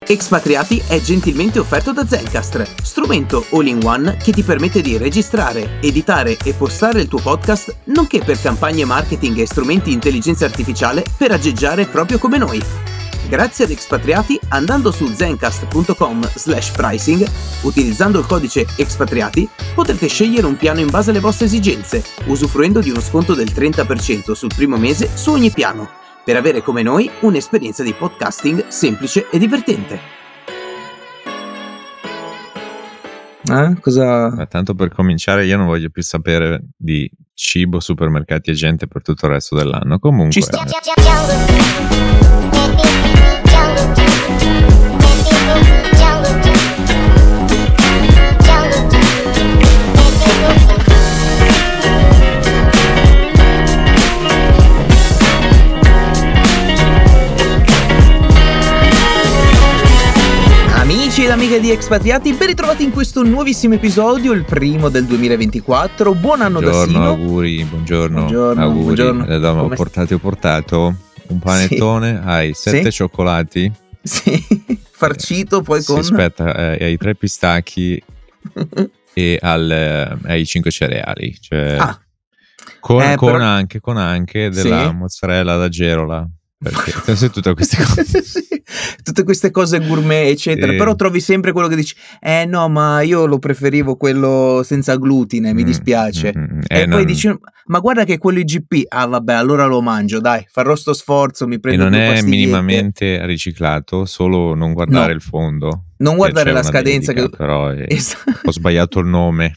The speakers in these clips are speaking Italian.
Expatriati è gentilmente offerto da Zencastr, strumento all-in-one che ti permette di registrare, editare e postare il tuo podcast, nonché per campagne marketing e strumenti di intelligenza artificiale per aggeggiare proprio come noi. Grazie ad Expatriati, andando su zencast.com/pricing, utilizzando il codice Expatriati, potrete scegliere un piano in base alle vostre esigenze, usufruendo di uno sconto del 30% sul primo mese su ogni piano, per avere come noi un'esperienza di podcasting semplice e divertente. Cosa? Tanto per cominciare, io non voglio più sapere di cibo, supermercati e gente per tutto il resto dell'anno. Comunque Ci sta. Amici ed amiche di Expatriati, ben ritrovati in questo nuovissimo episodio, il primo del 2024. Buon anno da Sino. Auguri, buongiorno. Buongiorno. Ho portato un panettone, hai 7 cioccolati. Sì, farcito poi con... Aspetta, hai 3 pistacchi e hai 5 cereali. Cioè, con anche della mozzarella da Gerola. Perché tutte queste cose. Tutte queste cose gourmet eccetera, però trovi sempre quello che dici no, ma io lo preferivo quello senza glutine, mi dispiace. Poi dici ma guarda che quello IGP, vabbè, allora lo mangio, dai, farò sto sforzo, mi prendo e non due è pastigliette. Minimamente riciclato, solo non guardare il fondo, non guardare la scadenza dedica, però ho sbagliato il nome.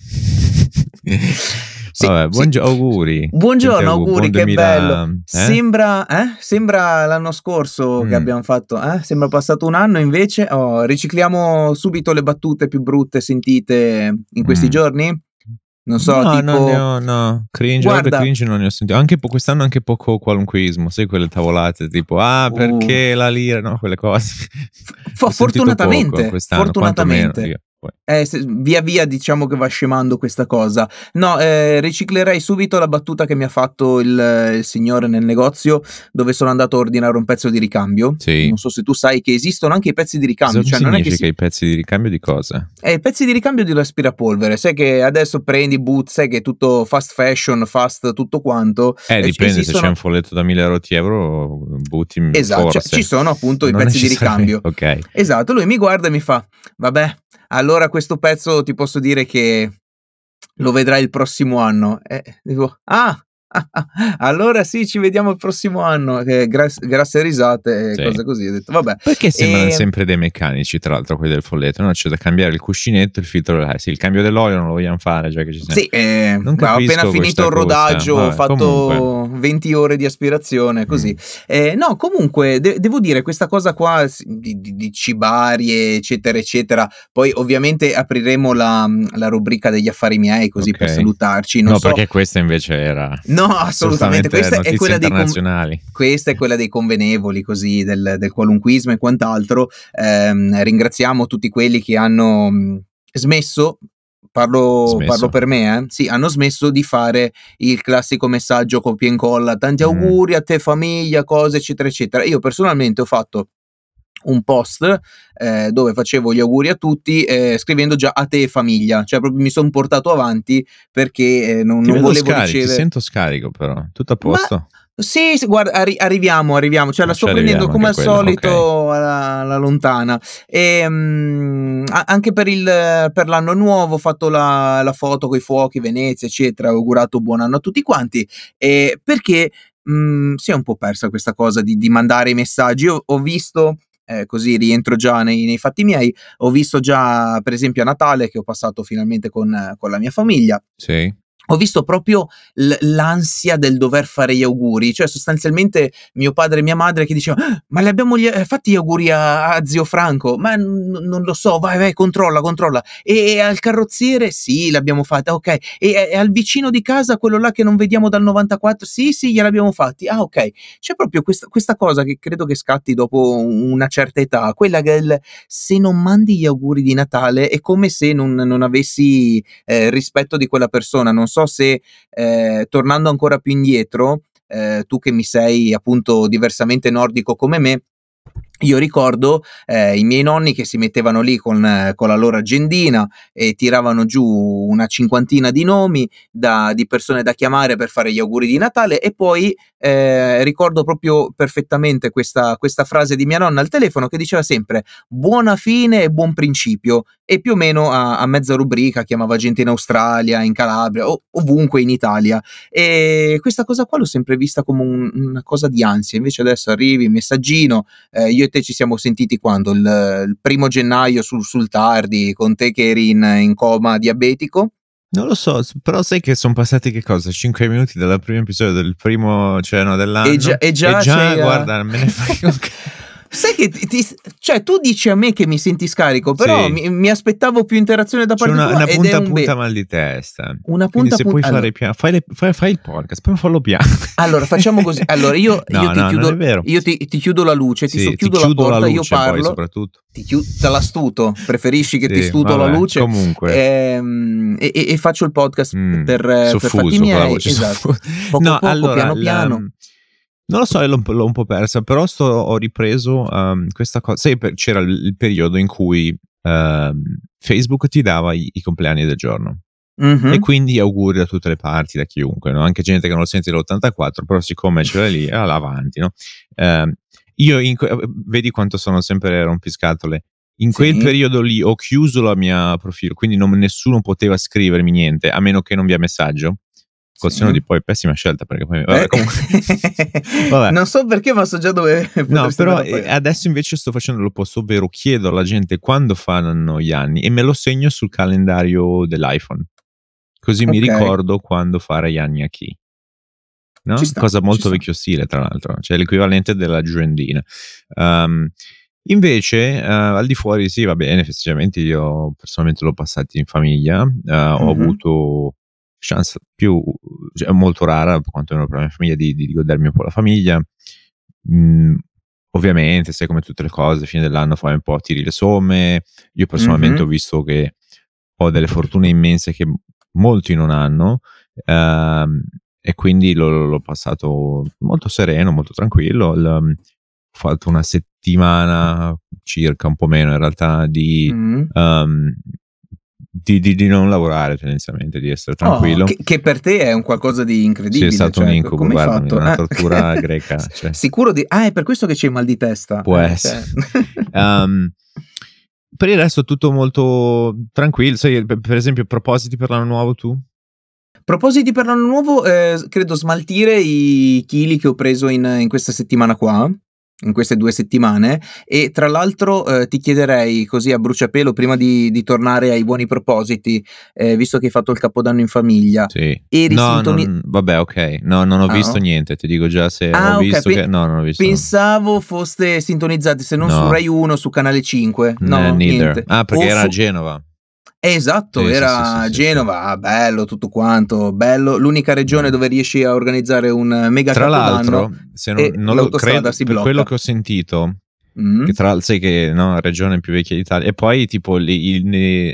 Vabbè, auguri. Buongiorno, auguri, che 2000, bello. Sembra l'anno scorso che abbiamo fatto, sembra passato un anno, invece ricicliamo subito le battute più brutte sentite in questi giorni. Non so, no, cringe, guarda, cringe non ne ho sentito. Anche quest'anno anche poco qualunquismo, sai, quelle tavolate tipo perché la lira, no, quelle cose. Fortunatamente. Via via diciamo che va scemando questa cosa. Riciclerei subito la battuta che mi ha fatto il signore nel negozio dove sono andato a ordinare un pezzo di ricambio. Sì. Non so se tu sai che esistono anche i pezzi di ricambio. Cosa significa i pezzi di ricambio di cosa? I pezzi di ricambio di l'aspirapolvere. Sai che adesso prendi boot, sai che è tutto fast fashion, fast tutto quanto. Dipende, se c'è un folletto da 1.000 euro butti. Esatto, forse. Ci sono appunto i pezzi di ricambio. Ok. Esatto, lui mi guarda e mi fa: vabbè, allora questo pezzo ti posso dire che lo vedrai il prossimo anno. Dico, allora sì, ci vediamo il prossimo anno. Grasse risate e cose così. Ho detto, vabbè. Perché sembrano sempre dei meccanici, tra l'altro, quelli del folletto? No? C'è da cambiare il cuscinetto, il filtro. Sì, il cambio dell'olio non lo vogliamo fare. Cioè che ci sì, ho appena finito il rodaggio, ho fatto 20 ore di aspirazione, così. No, comunque, devo dire, questa cosa qua di cibarie, eccetera, eccetera. Poi, ovviamente, apriremo la rubrica degli affari miei, così per salutarci. Perché questa invece era... No, assolutamente, questa è quella internazionali. Questa è quella dei convenevoli, così, del qualunquismo e quant'altro. Ringraziamo tutti quelli che hanno smesso. Parlo per me, sì, hanno smesso di fare il classico messaggio copia e incolla, tanti auguri a te famiglia, cose eccetera eccetera. Io personalmente ho fatto un post dove facevo gli auguri a tutti scrivendo già a te famiglia, cioè proprio mi sono portato avanti perché non volevo ricevere. Ti sento scarico, però tutto a posto? Sì, guarda, arriviamo, cioè la sto prendendo come al solito alla lontana. E anche per l'anno nuovo ho fatto la foto con i fuochi, Venezia eccetera, ho augurato buon anno a tutti quanti, perché si è un po' persa questa cosa di mandare i messaggi. Io ho visto, così rientro già nei fatti miei, ho visto già per esempio a Natale che ho passato finalmente con la mia famiglia. Sì. Ho visto proprio l'ansia del dover fare gli auguri, cioè sostanzialmente mio padre e mia madre che dicevano ma li abbiamo fatti gli auguri a zio Franco? Ma non lo so, vai, controlla. E al carrozziere? Sì, l'abbiamo fatta, ok. E al vicino di casa, quello là che non vediamo dal 94? Sì, gliel'abbiamo fatti. Ok. C'è proprio questa cosa che credo che scatti dopo una certa età, quella che se non mandi gli auguri di Natale è come se non avessi rispetto di quella persona. Non so se tornando ancora più indietro, tu che mi sei appunto diversamente nordico come me, io ricordo i miei nonni che si mettevano lì con la loro agendina e tiravano giù una cinquantina di nomi di persone da chiamare per fare gli auguri di Natale, e poi ricordo proprio perfettamente questa frase di mia nonna al telefono che diceva sempre buona fine e buon principio, e più o meno a mezza rubrica chiamava gente in Australia, in Calabria o ovunque in Italia, e questa cosa qua l'ho sempre vista come una cosa di ansia. Invece adesso arrivi, messaggino, io e te ci siamo sentiti quando? Il 1° gennaio sul tardi, con te che eri in coma diabetico. Non lo so, però sai che sono passati che cosa? 5 minuti dal primo episodio del primo, cioè no, dell'anno. E già guarda, me ne frega un sai che cioè tu dici a me che mi senti scarico, però sì. mi aspettavo più interazione da parte tua. Una punta mal di testa. Una Quindi punta se puoi fare piano, fai il podcast, poi fallo piano. Allora facciamo così. Allora io ti chiudo, non è vero. io ti chiudo la luce, sì, ti chiudo la porta, luce, io parlo. poi, soprattutto. Dall'astuto, preferisci che sì, ti studo la luce? Comunque. E faccio il podcast per soffuso, fatti miei. Con la voce esatto. Poco, allora, piano. Non lo so, l'ho un po' persa, però ho ripreso questa cosa. Sai, c'era il periodo in cui Facebook ti dava i compleanni del giorno. Mm-hmm. E quindi auguri da tutte le parti, da chiunque, no? Anche gente che non lo sente dall'84, però siccome ce l'hai lì, avanti, no? Io, vedi quanto sono sempre rompiscatole. In quel periodo lì ho chiuso la mia profilo, quindi nessuno poteva scrivermi niente, a meno che non via messaggio. Col seno di poi, pessima scelta, perché poi vabbè. Non so perché, ma so già dove. No, però adesso invece sto facendo l'opposto, ovvero chiedo alla gente quando fanno gli anni e me lo segno sul calendario dell'iPhone, così mi ricordo quando fare gli anni a chi, no? Cosa molto vecchio stile, tra l'altro, cioè l'equivalente della giurendina. Invece al di fuori sì, va bene, festeggiamenti io personalmente l'ho passati in famiglia, ho avuto chance più, cioè, molto rara, quantomeno per la mia famiglia, di godermi un po' la famiglia. Ovviamente, sai, come tutte le cose, fine dell'anno fai un po', tiri le somme. Io personalmente ho visto che ho delle fortune immense che molti non hanno, e quindi l'ho passato molto sereno, molto tranquillo. Ho fatto una settimana circa, un po' meno in realtà, di non lavorare, tendenzialmente, di essere tranquillo. Che per te è un qualcosa di incredibile. Sì, è stato un incubo, guarda, una tortura greca. Cioè. Sicuro è per questo che c'hai mal di testa. Può essere. Per il resto tutto molto tranquillo. Sai, per esempio, propositi per l'anno nuovo tu? Propositi per l'anno nuovo, credo smaltire i chili che ho preso in questa settimana qua. In queste 2 settimane, e tra l'altro ti chiederei così a bruciapelo, prima di tornare ai buoni propositi, visto che hai fatto il capodanno in famiglia, sì. Vabbè, ok, no, non ho visto niente, ti dico già se ho visto che no, non ho visto. Pensavo foste sintonizzati, se non su Rai 1, su Canale 5. No, niente. Perché era a Genova. Esatto, sì, era a Genova, sì. Bello tutto quanto, bello, l'unica regione dove riesci a organizzare un mega capodanno. Tra l'altro, se non lo credo, per quello che ho sentito, che sai che no, regione più vecchia d'Italia, e poi tipo lì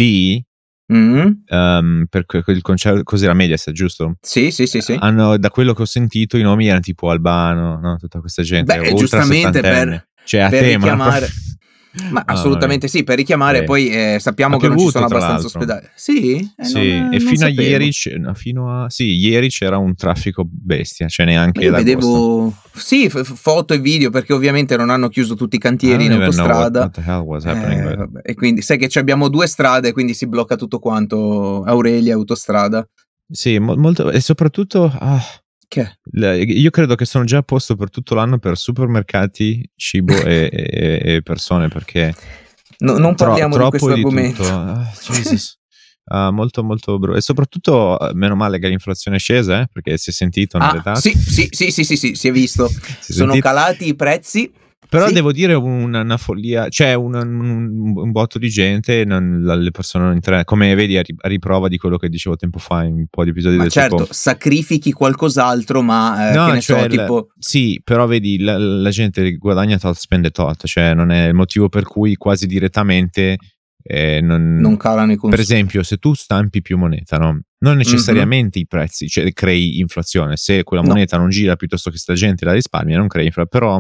per il concerto, così era Mediaset, giusto? Sì. Hanno, da quello che ho sentito, i nomi erano tipo Albano, no? Tutta questa gente. Beh, giustamente cioè a per te, richiamare. Ma assolutamente sì, per richiamare, poi sappiamo che non ci sono abbastanza ospedali. Sì? E fino a ieri, ieri c'era un traffico bestia, cioè neanche io vedevo foto e video, perché ovviamente non hanno chiuso tutti i cantieri in autostrada. What the hell was happening, e quindi sai che abbiamo 2 strade, quindi si blocca tutto quanto, Aurelia, autostrada. Sì, molto, e soprattutto io credo che sono già a posto per tutto l'anno per supermercati, cibo e persone, perché non parliamo di questo argomento. Molto molto brutto, e soprattutto meno male che l'inflazione è scesa, perché si è sentito nelle tasse. Sì, si è visto. Sono calati i prezzi. Però devo dire una follia, cioè un botto di gente, le persone non entrano, come vedi a riprova di quello che dicevo tempo fa in un po' di episodi del certo, tipo. Sacrifichi qualcos'altro, ma no, che ne so, tipo. Sì, però vedi, la gente guadagna tot, spende tot, cioè non è il motivo per cui quasi direttamente non calano i consumi. Per esempio, se tu stampi più moneta, no? Non necessariamente i prezzi, cioè crei inflazione. Se quella moneta non gira, piuttosto che se la gente la risparmia, non crei inflazione. Però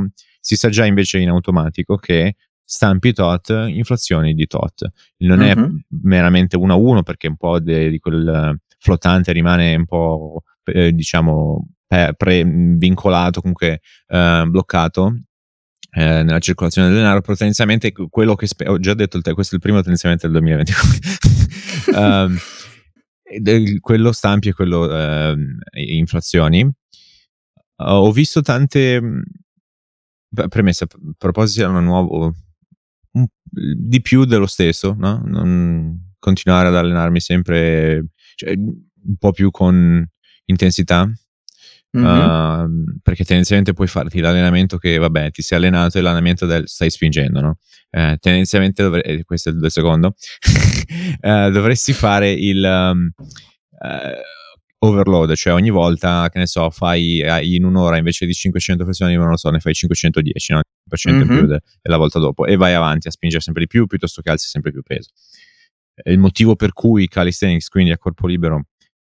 si sa già invece in automatico che stampi tot, inflazioni di tot. Non è meramente 1 a 1, perché un po' di quel flottante rimane un po' diciamo vincolato, comunque bloccato nella circolazione del denaro, però tendenzialmente quello che ho già detto, questo è il primo tendenzialmente del 2024. Quello stampi e quello inflazioni. Ho visto tante premessa, propositi hanno nuovo di più dello stesso, no? Non continuare ad allenarmi sempre, cioè, un po' più con intensità. Perché tendenzialmente puoi farti l'allenamento che, vabbè, ti sei allenato, e l'allenamento stai spingendo, no? Tendenzialmente questo è il secondo. Dovresti fare il overload, cioè ogni volta, che ne so, fai in un'ora invece di 500 flessioni, non lo so, ne fai 510, no? 100% in più della volta dopo, e vai avanti a spingere sempre di più, piuttosto che alzi sempre più peso. Il motivo per cui calisthenics, quindi a corpo libero,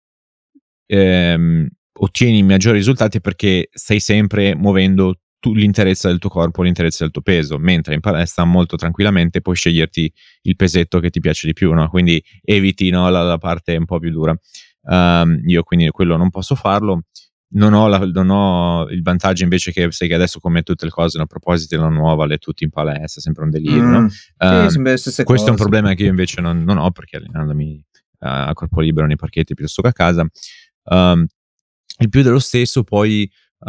ottieni maggiori risultati è perché stai sempre muovendo l'interezza del tuo corpo, l'interezza del tuo peso, mentre in palestra molto tranquillamente puoi sceglierti il pesetto che ti piace di più, no? Quindi eviti, no, la parte un po' più dura. Io quindi quello non posso farlo. Non ho il vantaggio invece che sai che adesso, come tutte le cose, a proposito della nuova, le tutti in palestra, sempre un delirio, no? Questo è un problema che io invece non ho, perché allenandomi a corpo libero nei parchetti piuttosto che a casa. Il più dello stesso, poi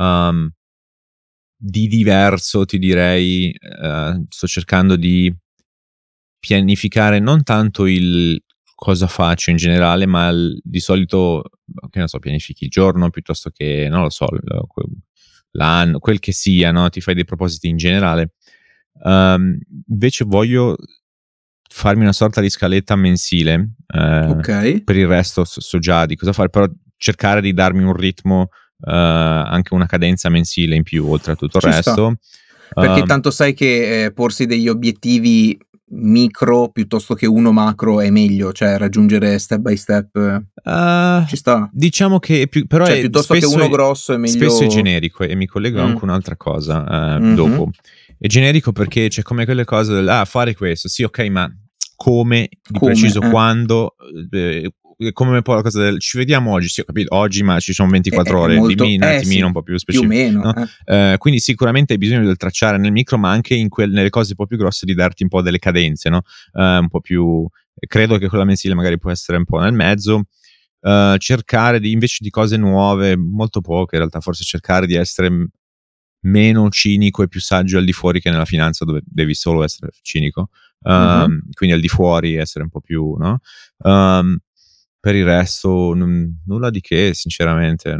di diverso ti direi, sto cercando di pianificare non tanto il cosa faccio in generale, ma di solito, che ne so, pianifichi il giorno piuttosto che, non lo so, l'anno, quel che sia, no? Ti fai dei propositi in generale. Invece voglio farmi una sorta di scaletta mensile. Per il resto so già di cosa fare, però cercare di darmi un ritmo, anche una cadenza mensile in più, oltre a tutto il resto. Perché tanto sai che porsi degli obiettivi micro piuttosto che uno macro è meglio, cioè raggiungere step by step ci sta. Diciamo che però cioè, piuttosto che uno grosso è meglio. Spesso è generico, e mi collego anche un'altra cosa dopo. È generico perché c'è come quelle cose fare questo, sì, ok, ma come, di preciso quando, come poi la cosa del ci vediamo oggi, sì, ho capito, oggi, ma ci sono 24 ore, molto, dimmi un attimino un po' più specifico, più o meno, no? Quindi sicuramente hai bisogno del tracciare nel micro, ma anche nelle cose un po' più grosse, di darti un po' delle cadenze, no? Un po' più, credo che quella mensile magari può essere un po' nel mezzo. Cercare invece di cose nuove, molto poche in realtà, forse cercare di essere meno cinico e più saggio al di fuori che nella finanza, dove devi solo essere cinico. Quindi al di fuori essere un po' più, no? Per il resto nulla di che, sinceramente.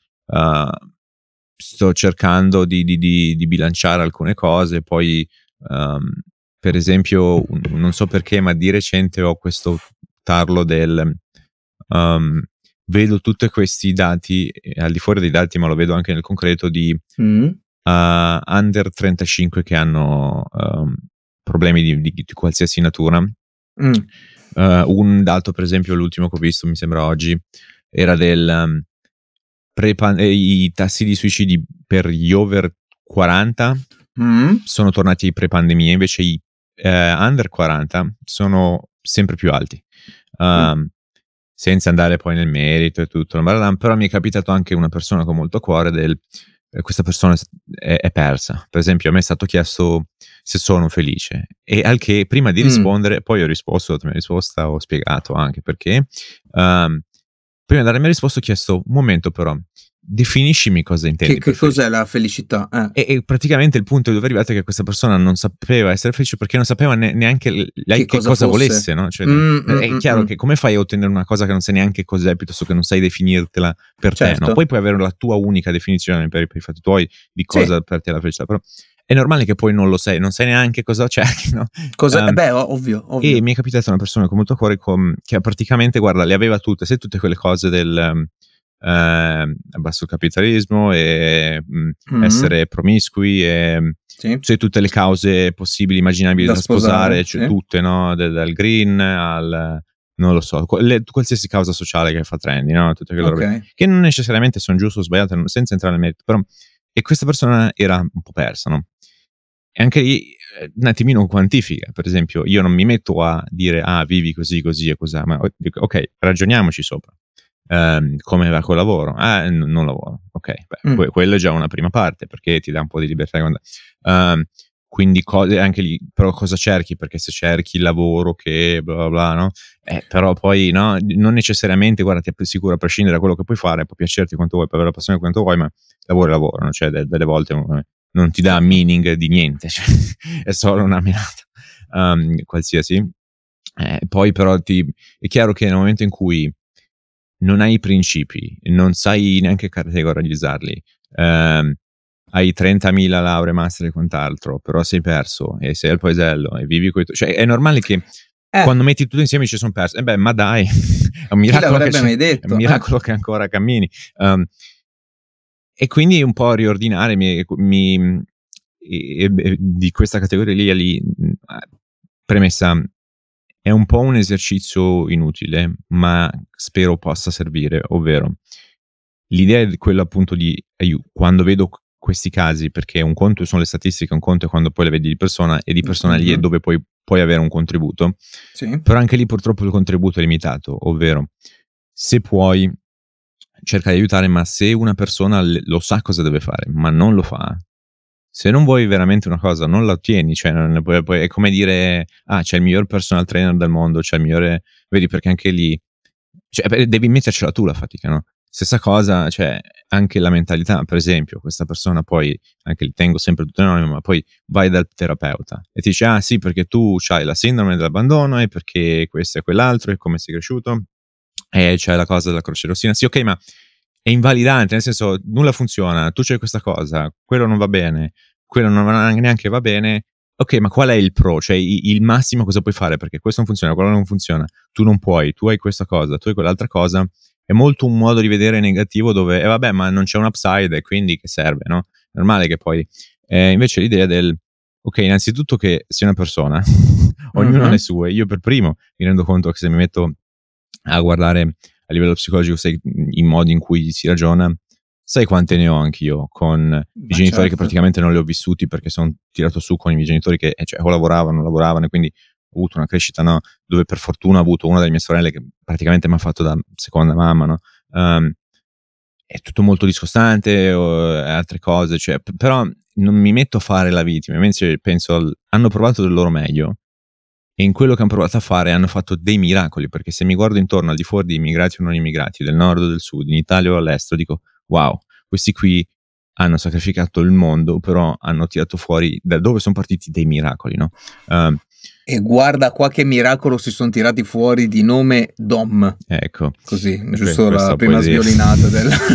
Sto cercando di bilanciare alcune cose. Poi per esempio, non so perché, ma di recente ho questo tarlo del vedo tutti questi dati, al di fuori dei dati, ma lo vedo anche nel concreto, di under 35 che hanno problemi di qualsiasi natura. Un dato, per esempio, l'ultimo che ho visto, mi sembra oggi, era del i tassi di suicidi per gli over 40 sono tornati pre-pandemia, invece i under 40 sono sempre più alti. Senza andare poi nel merito e tutto, però mi è capitato anche una persona con molto cuore questa persona è persa. Per esempio, a me è stato chiesto se sono felice, e al che, prima di rispondere, poi ho risposto, la mia risposta, ho spiegato anche perché. Prima di dare la mia risposta ho chiesto: un momento, però, definiscimi cosa intendi. Che cos'è la felicità? E praticamente il punto dove è arrivato è che questa persona non sapeva essere felice, perché non sapeva neanche lei che cosa volesse, no? Cioè, è chiaro che come fai a ottenere una cosa che non sai neanche cos'è, piuttosto che non sai definirtela per te, no? Poi puoi avere la tua unica definizione per i fatti tuoi di cosa per te è la felicità, però è normale che poi non lo sai, non sai neanche cosa cerchi, no? Ovvio. E mi è capitata una persona con molto cuore che praticamente, guarda, le aveva tutte quelle cose del basso capitalismo e essere promiscui e tutte le cause possibili, immaginabili da sposare, cioè, tutte, no? Dal green al, non lo so, qualsiasi causa sociale che fa trendy, no? Tutte quelle robe che non necessariamente sono giuste o sbagliate, senza entrare nel merito, però. E questa persona era un po' persa, no? E anche lì un attimino quantifica. Per esempio, io non mi metto a dire vivi così e così, ma dico ok, ragioniamoci sopra. Come va col lavoro? Non lavoro. Ok, quello è già una prima parte, perché ti dà un po' di libertà. Quindi anche lì, però cosa cerchi? Perché se cerchi il lavoro che bla bla bla, no? Però poi no, non necessariamente, guarda, ti assicuro, a prescindere da quello che puoi fare, può piacerti quanto vuoi, puoi avere la passione quanto vuoi, ma lavoro è lavoro, no? Cioè delle volte non ti dà meaning di niente, cioè, è solo una menata qualsiasi. Poi però è chiaro che nel momento in cui non hai i principi, non sai neanche categorizzarli, hai 30.000 lauree, master e quant'altro, però sei perso e sei al paesello e vivi cioè è normale che quando metti tutto insieme ci sono perso. Ma dai, è un miracolo, mai detto? È un miracolo che ancora cammini. E quindi un po' riordinare di questa categoria lì, premessa, è un po' un esercizio inutile, ma spero possa servire, ovvero l'idea è quella appunto di quando vedo questi casi, perché un conto sono le statistiche, un conto è quando poi le vedi di persona, e di persona lì è dove puoi avere un contributo. Sì. Però anche lì purtroppo il contributo è limitato, ovvero se puoi cerca di aiutare, ma se una persona lo sa cosa deve fare, ma non lo fa, se non vuoi veramente una cosa, non la ottieni. Cioè, è come dire, c'è il miglior personal trainer del mondo, c'è il migliore, vedi, perché anche lì, cioè, devi mettercela tu la fatica, no? Stessa cosa, cioè, anche la mentalità. Per esempio, questa persona poi, anche lì tengo sempre tutto anonimo, ma poi vai dal terapeuta e ti dice, sì, perché tu c'hai la sindrome dell'abbandono, e perché questo e quell'altro, e come sei cresciuto, e c'è la cosa della croce rossina. Sì, ok, ma è invalidante, nel senso, nulla funziona, tu c'hai questa cosa, quello non va bene, quello non neanche va bene. Ok, ma qual è il pro? Cioè, il massimo cosa puoi fare? Perché questo non funziona, quello non funziona, tu non puoi, tu hai questa cosa, tu hai quell'altra cosa. È molto un modo di vedere negativo dove, vabbè, ma non c'è un upside, e quindi che serve, no? Normale che poi... invece l'idea ok, innanzitutto che sei una persona, ognuno ha le sue. Io per primo mi rendo conto che se mi metto a guardare a livello psicologico, sai, i modi in cui si ragiona, sai quante ne ho anch'io con i genitori, che praticamente non li ho vissuti, perché sono tirato su con i miei genitori che o lavoravano, e quindi ho avuto una crescita, no, dove per fortuna ho avuto una delle mie sorelle che praticamente mi ha fatto da seconda mamma, no? È tutto molto discostante, altre cose, cioè, però non mi metto a fare la vittima, invece penso hanno provato del loro meglio, e in quello che hanno provato a fare hanno fatto dei miracoli, perché se mi guardo intorno, al di fuori di immigrati o non immigrati, del nord o del sud, in Italia o all'estero, dico wow, questi qui hanno sacrificato il mondo, però hanno tirato fuori da dove sono partiti dei miracoli, no? E guarda qua che miracolo si sono tirati fuori di nome Dom. Ecco. Così, giusto la prima sviolinata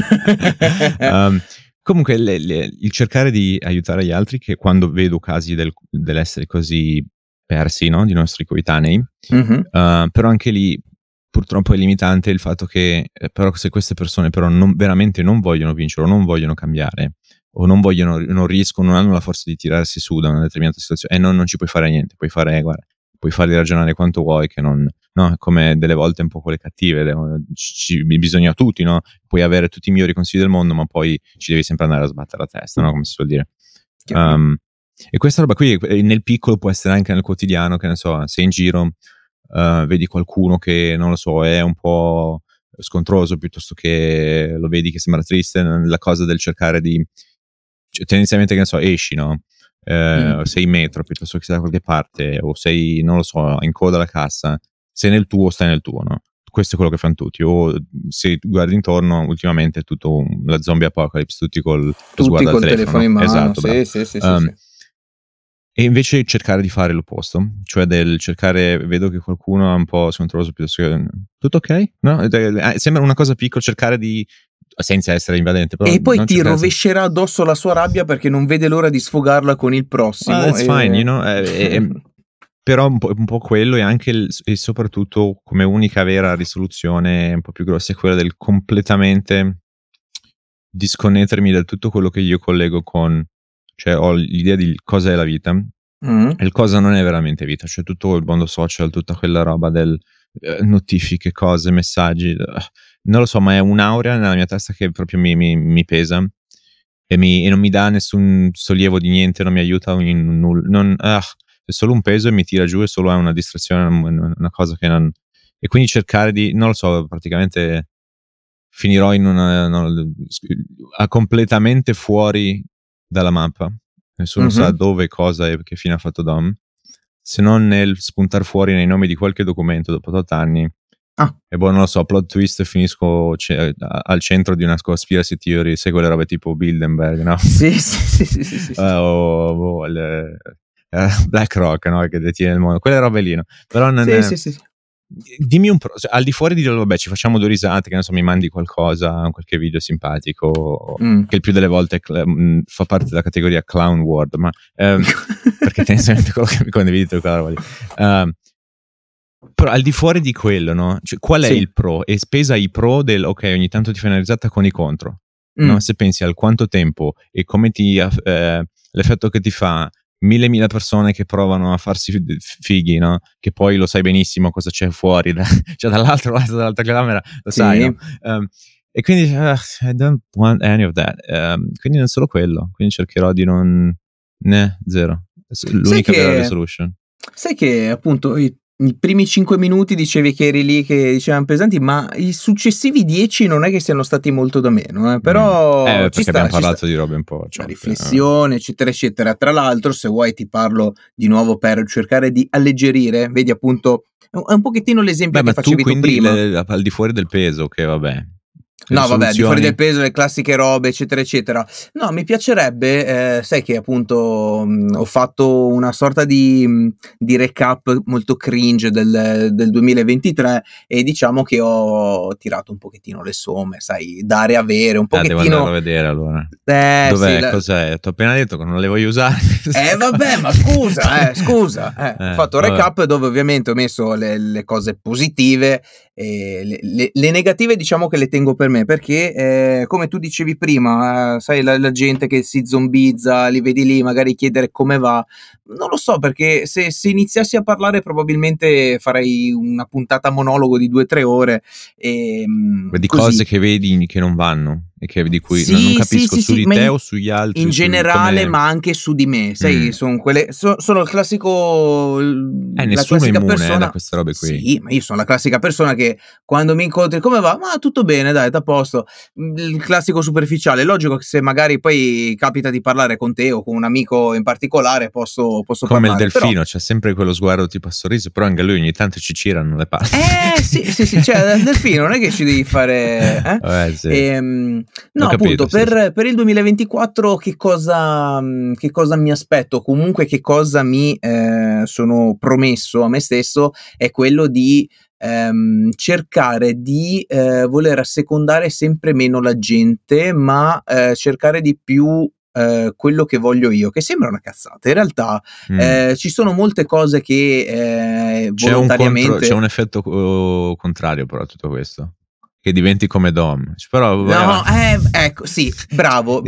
del... Comunque il cercare di aiutare gli altri, che quando vedo casi dell'essere così persi, no, di nostri coetanei, però anche lì purtroppo è limitante il fatto che però se queste persone però veramente non vogliono vincere, o non vogliono cambiare, o non riescono, non hanno la forza di tirarsi su da una determinata situazione, non ci puoi fare niente. Puoi farli ragionare quanto vuoi, che non, no, come delle volte un po' quelle cattive, bisogna tutti, no? Puoi avere tutti i migliori consigli del mondo, ma poi ci devi sempre andare a sbattere la testa, no? Come si suol dire. E questa roba qui nel piccolo può essere anche nel quotidiano, che ne so, sei in giro, vedi qualcuno che, non lo so, è un po' scontroso, piuttosto che lo vedi che sembra triste, la cosa del cercare di, cioè, tendenzialmente, che ne so, esci, no? Sei in metro, piuttosto che sei da qualche parte, o sei, non lo so, in coda alla cassa, sei nel tuo, stai nel tuo, no? Questo è quello che fanno tutti. O se guardi intorno, ultimamente è tutto la zombie apocalypse, tutti col sguardo al telefono in mano. Esatto, sì. E invece cercare di fare l'opposto, cioè del cercare, vedo che qualcuno è un po' scontroso, piuttosto che tutto ok? No? Sembra una cosa piccola, cercare di, senza essere invadente, però, e poi ti rovescerà addosso la sua rabbia perché non vede l'ora di sfogarla con il prossimo. That's fine, you know? Però un po' quello, e anche e soprattutto come unica vera risoluzione un po' più grossa è quella del completamente disconnettermi da tutto quello che io collego con, cioè ho l'idea di cosa è la vita e il cosa non è veramente vita, cioè tutto il mondo social, tutta quella roba del notifiche, cose, messaggi, non lo so, ma è un'aurea nella mia testa che proprio mi pesa, e non mi dà nessun sollievo di niente, non mi aiuta in nulla, è solo un peso e mi tira giù, è solo una distrazione, una cosa che non... E quindi cercare di, non lo so, praticamente finirò in completamente fuori dalla mappa. Nessuno sa dove, cosa e che fine ha fatto Dom, se non nel spuntar fuori nei nomi di qualche documento dopo 8 anni. E non lo so, plot twist, finisco al centro di una conspiracy theory, sai quelle robe tipo Bilderberg, no? Sì. BlackRock, no? Che detiene il mondo, quelle robe lì, no? Però non sì. Dimmi un po', al di fuori di vabbè, ci facciamo 2 risate, che non so, mi mandi qualcosa, qualche video simpatico, che il più delle volte fa parte della categoria clown world, ma perché tendenzialmente quello che mi condividi tu, quella roba lì. Però al di fuori di quello, no? Cioè, qual è il pro? E spesa i pro del ok, ogni tanto ti fai una risata con i contro, no? Se pensi al quanto tempo e come l'effetto che ti fa 1000 persone che provano a farsi fighi, no? Che poi lo sai benissimo cosa c'è fuori, cioè dall'altro lato dell'altra camera, lo sai, no? E quindi I don't want any of that. Quindi non solo quello, quindi cercherò di non... zero. L'unica vera resolution. Sai che appunto i primi 5 minuti dicevi che eri lì che dicevano pesanti, ma i successivi 10 non è che siano stati molto da meno, però perché abbiamo parlato di robe un po', la riflessione, eccetera eccetera. Tra l'altro, se vuoi ti parlo di nuovo per cercare di alleggerire, vedi appunto è un pochettino l'esempio che facevi tu prima. Al di fuori del peso, che vabbè. No, vabbè, al di fuori del peso, le classiche robe, eccetera, eccetera. No, mi piacerebbe, sai che appunto ho fatto una sorta di recap molto cringe del 2023 e diciamo che ho tirato un pochettino le somme, sai, dare e avere, un pochettino... devo andarlo a vedere allora. Dov'è? Sì, cos'è? Ti ho appena detto che non le voglio usare. Vabbè, ma scusa. Ho fatto un recap dove ovviamente ho messo le cose positive e le negative diciamo che le tengo per me, perché come tu dicevi prima, sai, la gente che si zombizza, li vedi lì magari chiedere come va, non lo so, perché se iniziassi a parlare probabilmente farei una puntata monologo di 2-3 ore di cose che vedi che non vanno e di cui non capisco su di te o sugli altri in generale, ma anche su di me, sai, sono il classico la classica persona da queste robe qui. Sì, ma io sono la classica persona che quando mi incontri come va? Ma tutto bene, dai, a posto. Il classico superficiale. Logico che se magari poi capita di parlare con te o con un amico in particolare posso come parlare. Il delfino, però... c'è sempre quello sguardo tipo a sorriso, però anche lui ogni tanto ci girano le palle. Sì, cioè il delfino non è che ci devi fare sì. No, appunto, per il 2024 che cosa mi aspetto, comunque che cosa mi sono promesso a me stesso è quello di cercare di voler assecondare sempre meno la gente, ma cercare di più quello che voglio io, che sembra una cazzata. In realtà ci sono molte cose che volontariamente... C'è un effetto contrario però a tutto questo, che diventi come Dom. Però ecco, sì, bravo.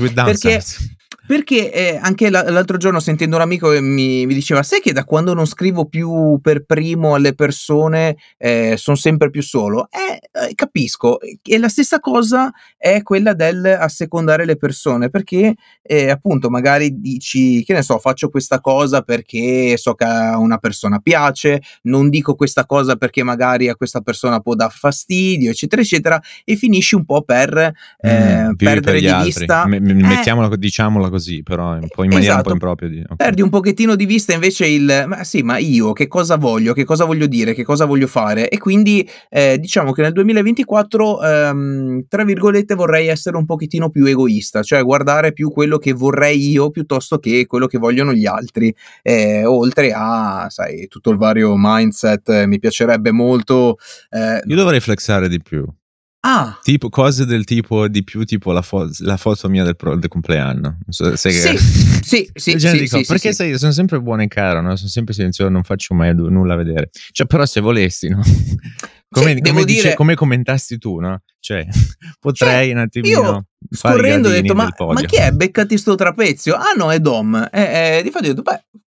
Perché anche l'altro giorno sentendo un amico mi diceva: sai che da quando non scrivo più per primo alle persone sono sempre più solo? Capisco. E la stessa cosa è quella del assecondare le persone, perché appunto magari dici, che ne so, faccio questa cosa perché so che a una persona piace, non dico questa cosa perché magari a questa persona può dar fastidio, eccetera eccetera, e finisci un po' per perdere di vista, mettiamola, diciamola così, però un po' in maniera un po' impropria okay. Perdi un pochettino di vista invece ma io che cosa voglio dire, che cosa voglio fare, e quindi diciamo che nel 2024 tra virgolette vorrei essere un pochettino più egoista, cioè guardare più quello che vorrei io piuttosto che quello che vogliono gli altri, oltre a, sai, tutto il vario mindset. Mi piacerebbe molto io dovrei flexare di più. Tipo cose del tipo di più, tipo la foto mia del compleanno. Sì, perché sai, io sono sempre buono in cara, no? Sono sempre silenzioso, non faccio mai nulla a vedere. Cioè, però se volessi, no? Come commentasti tu, no? Cioè, potrei un attimino io scorrendo ho detto, ma chi è? Beccati sto trapezio. No, è Dom. Difatti ho detto, beh,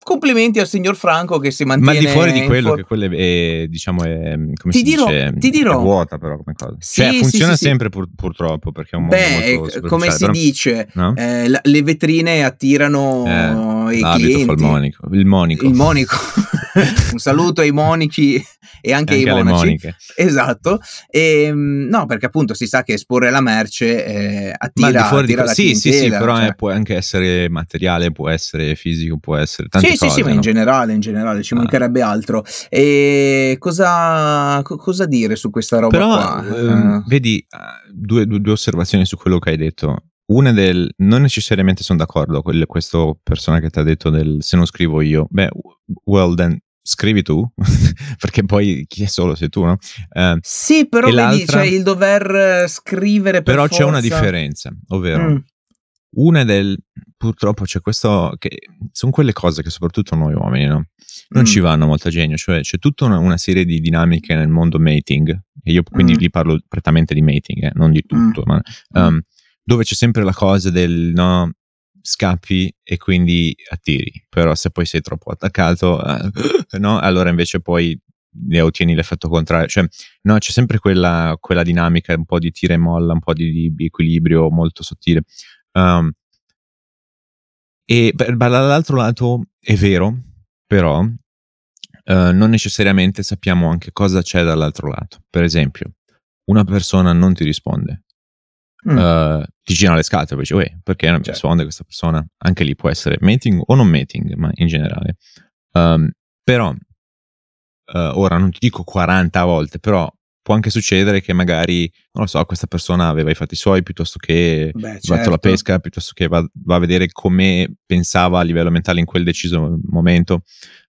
complimenti al signor Franco che si mantiene. Ma al di fuori di quello, che quello è, diciamo, è, come ti si dirò, dice, ti dirò. È vuota però come cosa. Sì, cioè funziona sì. sempre purtroppo, perché è un mondo molto superficiale. Come si dice, no? le vetrine attirano i clienti. Il monico. Un saluto ai monici e anche ai monaci. Moniche. Esatto. No, perché appunto si sa che esporre la merce attira, ma al di fuori la sì, clientela, però cioè. può anche essere materiale, può essere fisico, può essere tante cose. Sì, ma in generale ci mancherebbe altro. E cosa dire su questa roba qua? Però vedi, due osservazioni su quello che hai detto. Una non necessariamente sono d'accordo con questa persona che ti ha detto se non scrivo io. Beh, well then scrivi tu, perché poi chi è solo sei tu, no? Sì, però vedi, c'è il dover scrivere per però forza. C'è una differenza, ovvero una purtroppo c'è questo, che sono quelle cose che soprattutto noi uomini, no? Non ci vanno molto a genio, cioè c'è tutta una serie di dinamiche nel mondo mating, e io quindi lì parlo prettamente di mating, non di tutto, ma dove c'è sempre la cosa del no, scappi e quindi attiri, però se poi sei troppo attaccato, no, allora invece poi ne ottieni l'effetto contrario, cioè no, c'è sempre quella dinamica, un po' di tira e molla, un po' di equilibrio molto sottile. E dall'altro lato è vero, però non necessariamente sappiamo anche cosa c'è dall'altro lato. Per esempio, una persona non ti risponde, ti gira le scatole, dice perché non mi risponde questa persona? Anche lì può essere mating o non mating, ma in generale. Però ora non ti dico 40 volte, però può anche succedere che magari, non lo so, questa persona aveva i fatti suoi, piuttosto che fatto la pesca, piuttosto che va a vedere come pensava a livello mentale in quel deciso momento.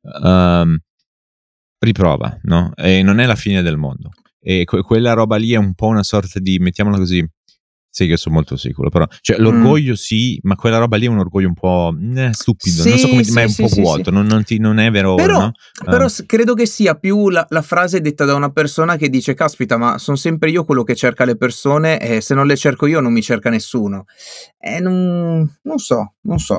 Riprova, no? E non è la fine del mondo. E quella roba lì è un po' una sorta di, mettiamola così, sì, che sono molto sicuro, però cioè l'orgoglio sì, ma quella roba lì è un orgoglio un po' stupido, non so come dire, ma è un po' vuoto, non è vero, però, no? Però credo che sia più la frase detta da una persona che dice caspita, ma sono sempre io quello che cerca le persone, e se non le cerco io non mi cerca nessuno. Non so.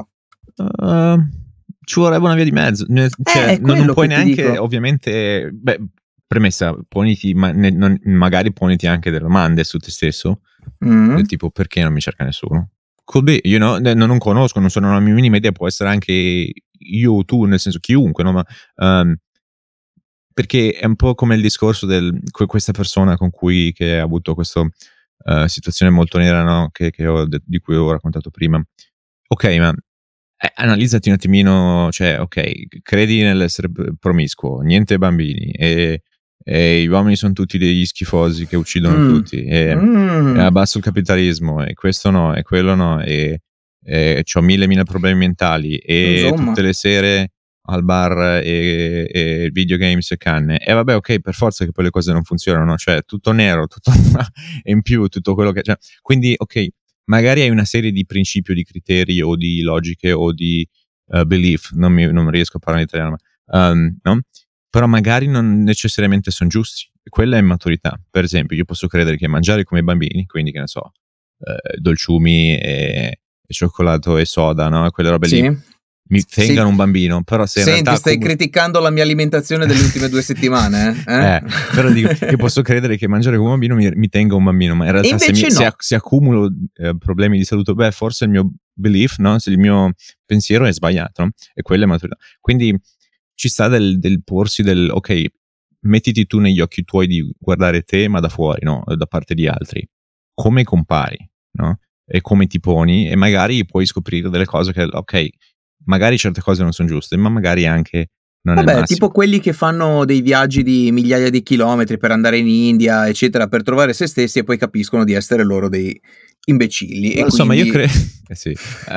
Ci vorrebbe una via di mezzo, cioè non puoi neanche, ovviamente, premessa, poniti, magari poniti anche delle domande su te stesso, del tipo perché non mi cerca nessuno? Could be, non conosco, non sono una minima idea, può essere anche io o tu, nel senso chiunque, no? Ma perché è un po' come il discorso questa persona che ha avuto questa situazione molto nera, no? Di cui ho raccontato prima. Ok, ma analizzati un attimino, cioè, ok, credi nell'essere promiscuo, niente bambini, e gli uomini sono tutti degli schifosi che uccidono tutti, e abbasso il capitalismo, e questo no, e quello no, e c'ho mille problemi mentali, e tutte le sere al bar e videogames e canne, e vabbè, ok, per forza che poi le cose non funzionano, cioè tutto nero, tutto e in più tutto quello che, cioè, quindi ok, magari hai una serie di principi o di criteri o di logiche o di belief, non riesco a parlare in italiano, no? Però magari non necessariamente sono giusti. Quella è maturità. Per esempio, io posso credere che mangiare come i bambini, quindi che ne so, dolciumi e cioccolato e soda, no? Quelle robe lì mi tengano un bambino, però se in realtà stai criticando la mia alimentazione delle ultime 2 settimane, però dico, io posso credere che mangiare come un bambino mi tenga un bambino, ma in realtà se accumulo problemi di salute, forse il mio belief, no? Se il mio pensiero è sbagliato, no? E quella è maturità. Quindi ci sta del porsi ok, mettiti tu negli occhi tuoi di guardare te, ma da fuori, no? Da parte di altri. Come compari, no? E come ti poni, e magari puoi scoprire delle cose che, ok, magari certe cose non sono giuste, ma magari anche non è il massimo. Tipo quelli che fanno dei viaggi di migliaia di chilometri per andare in India, eccetera, per trovare se stessi, e poi capiscono di essere loro dei imbecilli. Non so, ma io credo sì.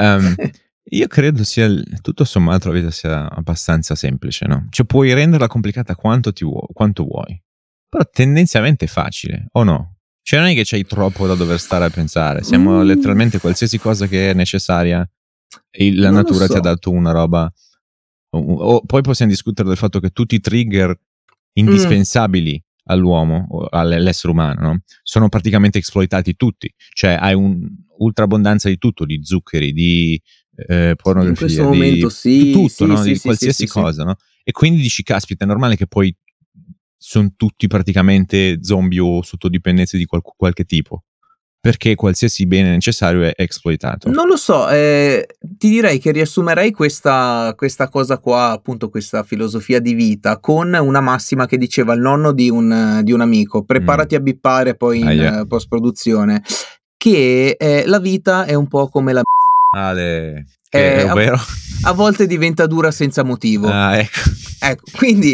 Io credo sia tutto sommato la vita sia abbastanza semplice, no? Cioè puoi renderla complicata quanto vuoi, però tendenzialmente è facile, o no? Cioè non è che c'hai troppo da dover stare a pensare, siamo letteralmente qualsiasi cosa che è necessaria, e la natura ti ha dato una roba, o poi possiamo discutere del fatto che tutti i trigger indispensabili all'uomo o all'essere umano, no? Sono praticamente esploitati tutti, cioè hai un'ultra abbondanza di tutto, di zuccheri, di pornografia, in questo momento di tutto, no? Di qualsiasi cosa, no? E quindi dici, caspita, è normale che poi sono tutti praticamente zombie o sottodipendenze di qualche tipo, perché qualsiasi bene necessario è exploitato. Non lo so, ti direi che riassumerei questa cosa qua, appunto questa filosofia di vita, con una massima che diceva il nonno di un amico: preparati a bippare poi in post produzione, che la vita è un po' come la Ale, che ovvero? A volte diventa dura senza motivo. Ecco, quindi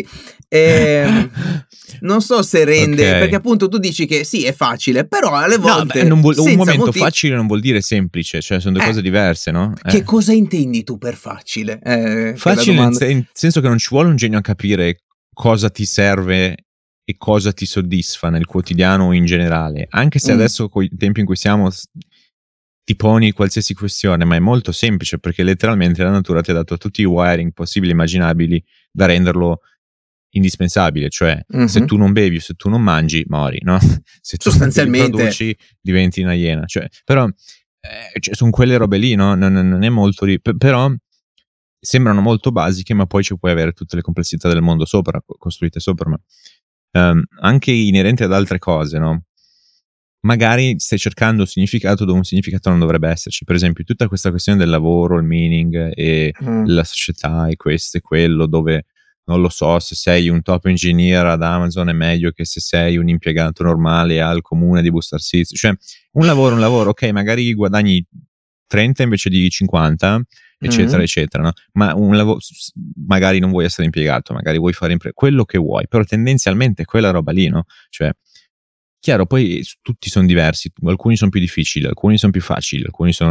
non so se rende, perché appunto tu dici che sì, è facile, però alle volte un momento facile non vuol dire semplice, cioè sono due cose diverse, no? Che cosa intendi tu per facile? Facile nel senso che non ci vuole un genio a capire cosa ti serve e cosa ti soddisfa nel quotidiano o in generale, anche se adesso con i tempi in cui siamo ti poni qualsiasi questione, ma è molto semplice, perché letteralmente la natura ti ha dato tutti i wiring possibili e immaginabili da renderlo indispensabile, cioè se tu non bevi o se tu non mangi mori, no? Se tu sostanzialmente non produci diventi una iena, cioè, però sono quelle robe lì, no? Non è molto però sembrano molto basiche, ma poi ci puoi avere tutte le complessità del mondo sopra, costruite sopra, ma anche inerenti ad altre cose, no? Magari stai cercando un significato dove un significato non dovrebbe esserci. Per esempio, tutta questa questione del lavoro, il meaning e la società e questo e quello, dove non lo so, se sei un top engineer ad Amazon è meglio che se sei un impiegato normale al comune di Bustarsizio. Cioè, un lavoro, ok, magari guadagni 30 invece di 50, eccetera, eccetera, no? Ma un lavoro, magari non vuoi essere impiegato, magari vuoi fare quello che vuoi, però tendenzialmente quella roba lì, no? Cioè, chiaro, poi tutti sono diversi, alcuni sono più difficili, alcuni sono più facili, alcuni sono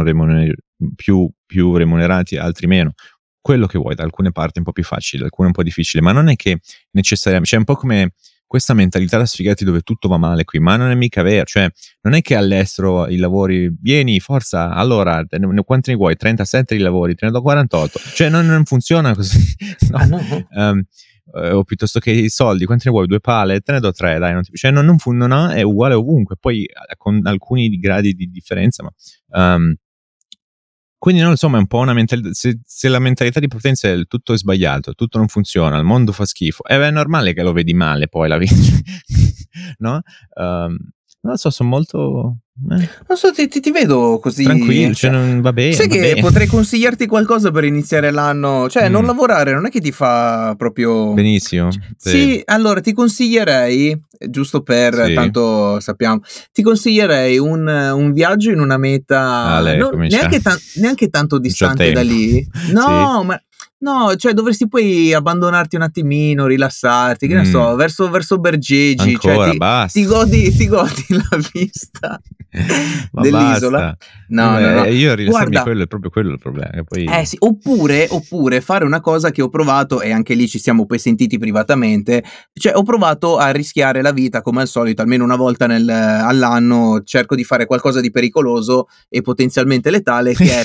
più remunerati, altri meno. Quello che vuoi, da alcune parti è un po' più facile, da alcune un po' difficile, ma non è che necessariamente, cioè è un po' come questa mentalità da sfigati dove tutto va male qui, ma non è mica vero, cioè non è che all'estero i lavori, vieni, forza, allora, quanti ne vuoi? 37 di lavori, te ne do 48, cioè non funziona così, no? O piuttosto che i soldi, quanti ne vuoi? 2 pale? Te ne do 3, dai, cioè non è uguale ovunque, poi con alcuni gradi di differenza, ma quindi non lo so, ma è un po' una mentalità, se la mentalità di potenza è tutto è sbagliato, tutto non funziona, il mondo fa schifo, è normale che lo vedi male poi la vita, no? Non lo so, sono molto... Non so, ti vedo così tranquillo, cioè non va bene. Sai che potrei consigliarti qualcosa per iniziare l'anno, cioè non lavorare non è che ti fa proprio benissimo. Sì, allora ti consiglierei, giusto per tanto sappiamo, ti consiglierei un viaggio in una meta neanche tanto distante da lì. No, ma no, cioè dovresti poi abbandonarti un attimino, rilassarti, che ne so, verso Bergeggi, ancora, cioè ti godi la vista dell'isola. No. Io rilassarmi, quello è proprio quello il problema. Poi... sì, oppure fare una cosa che ho provato, e anche lì ci siamo poi sentiti privatamente, cioè ho provato a rischiare la vita come al solito, almeno una volta all'anno cerco di fare qualcosa di pericoloso e potenzialmente letale, che è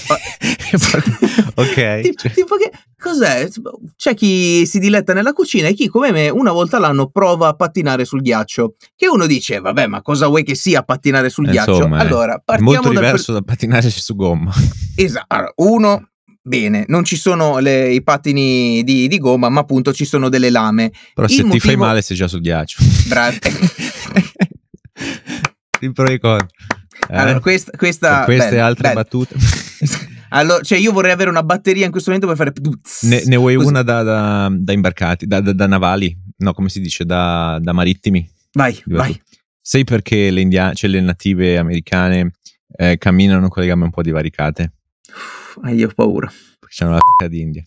ok. tipo che cos'è? C'è chi si diletta nella cucina e chi come me una volta all'anno prova a pattinare sul ghiaccio, che uno dice vabbè, ma cosa vuoi che sia pattinare sul ghiaccio? Insomma, allora è molto diverso da pattinare su gomma. Esatto. Allora, uno, bene, non ci sono i pattini di gomma, ma appunto ci sono delle lame. Però se ti fai male sei già sul ghiaccio. Bravo. I pro e i contro. Allora, queste e altre battute. Allora, cioè io vorrei avere una batteria in questo momento per fare ne vuoi così. Una da imbarcati, da navali? No, come si dice? Da marittimi. Vai. Sai perché le native americane camminano con le gambe un po' divaricate? Io ho paura. Perché c'hanno la f***a d'India.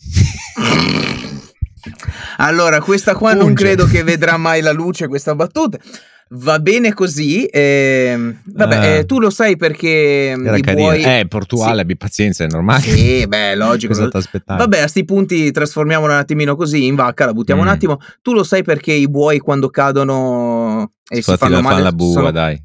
Allora, questa qua non credo che vedrà mai la luce, questa battuta. Va bene così, tu lo sai perché era buoi... portuale, abbi pazienza, è normale. Sì, logico. Cosa t'aspettavi? Vabbè, a sti punti trasformiamola un attimino così in vacca, la buttiamo un attimo. Tu lo sai perché i buoi quando cadono e si fanno male, la bua, dai.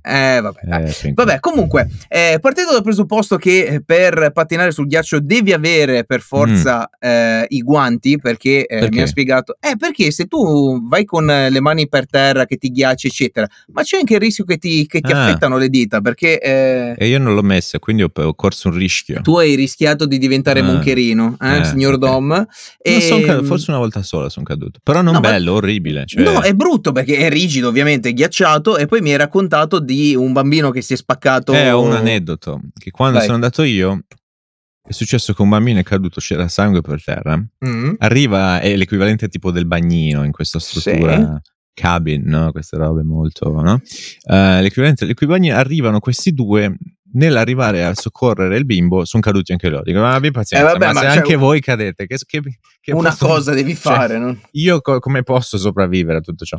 Vabbè, comunque, partendo dal presupposto che per pattinare sul ghiaccio devi avere per forza i guanti, perché mi ha spiegato, perché se tu vai con le mani per terra che ti ghiacci eccetera, ma c'è anche il rischio che ti affettano le dita, perché e io non l'ho messa, quindi ho corso un rischio. Tu hai rischiato di diventare moncherino, signor Dom, e forse una volta sola sono caduto, però non bello, orribile, cioè... No, è brutto perché è rigido, ovviamente, ghiacciato, e poi mi hai raccontato di un bambino che si è spaccato. Ho un aneddoto, che quando sono andato io è successo che un bambino è caduto, c'era sangue per terra, arriva, è l'equivalente tipo del bagnino in questa struttura, cabin, no? Queste robe molto, no? L'equivalente, arrivano questi due, nell'arrivare a soccorrere il bimbo sono caduti anche loro. Dico, ma abbi pazienza, ma se anche voi cadete, che una cosa devi fare, no? Io come posso sopravvivere a tutto ciò?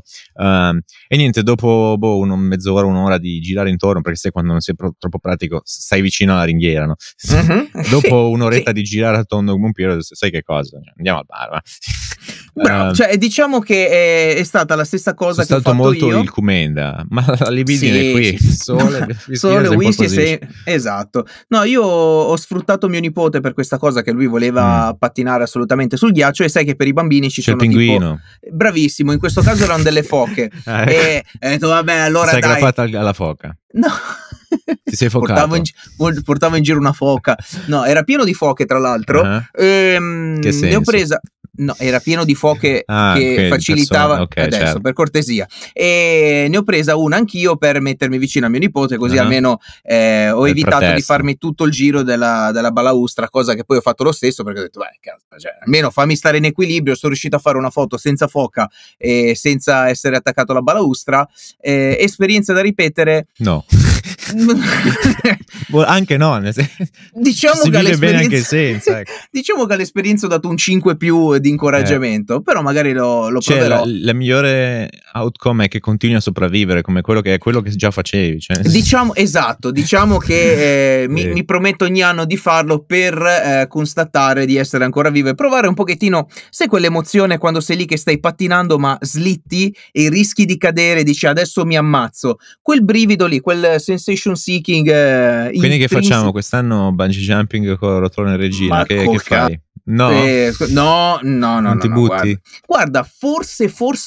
E niente, dopo mezz'ora, un'ora di girare intorno, perché sai, quando non sei troppo pratico stai vicino alla ringhiera, no? Dopo un'oretta di girare a tondo come un piero, sai che cosa? Andiamo al bar, va. Bravo, cioè diciamo che è stata la stessa cosa che ho fatto io. È stato molto il Comenda, ma la libidine qui, sole whisky, esatto. No, io ho sfruttato mio nipote per questa cosa, che lui voleva pattinare assolutamente sul ghiaccio, e sai che per i bambini c'è sono il pinguino. Tipo, bravissimo, in questo caso erano delle foche. E ho detto, vabbè, allora sei aggrappata alla foca. No. Ti sei focato? Portavo in giro una foca. No, era pieno di foche, tra l'altro. Che senso? Ne ho presa. No, era pieno di foche che facilitava adesso, certo. Per cortesia. E ne ho presa una anch'io per mettermi vicino a mio nipote, così almeno ho evitato di farmi tutto il giro della balaustra, cosa che poi ho fatto lo stesso, perché ho detto, cioè, almeno fammi stare in equilibrio. Sono riuscito a fare una foto senza foca e senza essere attaccato alla balaustra. Esperienza da ripetere? No. Anche no, diciamo si vive bene anche senza, ecco. Diciamo che all'esperienza ho dato un 5 più di incoraggiamento, però magari lo proverò. La migliore outcome è che continui a sopravvivere, come quello che già facevi, cioè. Diciamo che mi prometto ogni anno di farlo per constatare di essere ancora vivo e provare un pochettino, sai, quell'emozione quando sei lì che stai pattinando ma slitti e rischi di cadere, dici adesso mi ammazzo, quel brivido lì, quel sensation seeking. Quindi che facciamo quest'anno? Bungee jumping con rotolone regina, che fai? No, non ti butti? Guarda, forse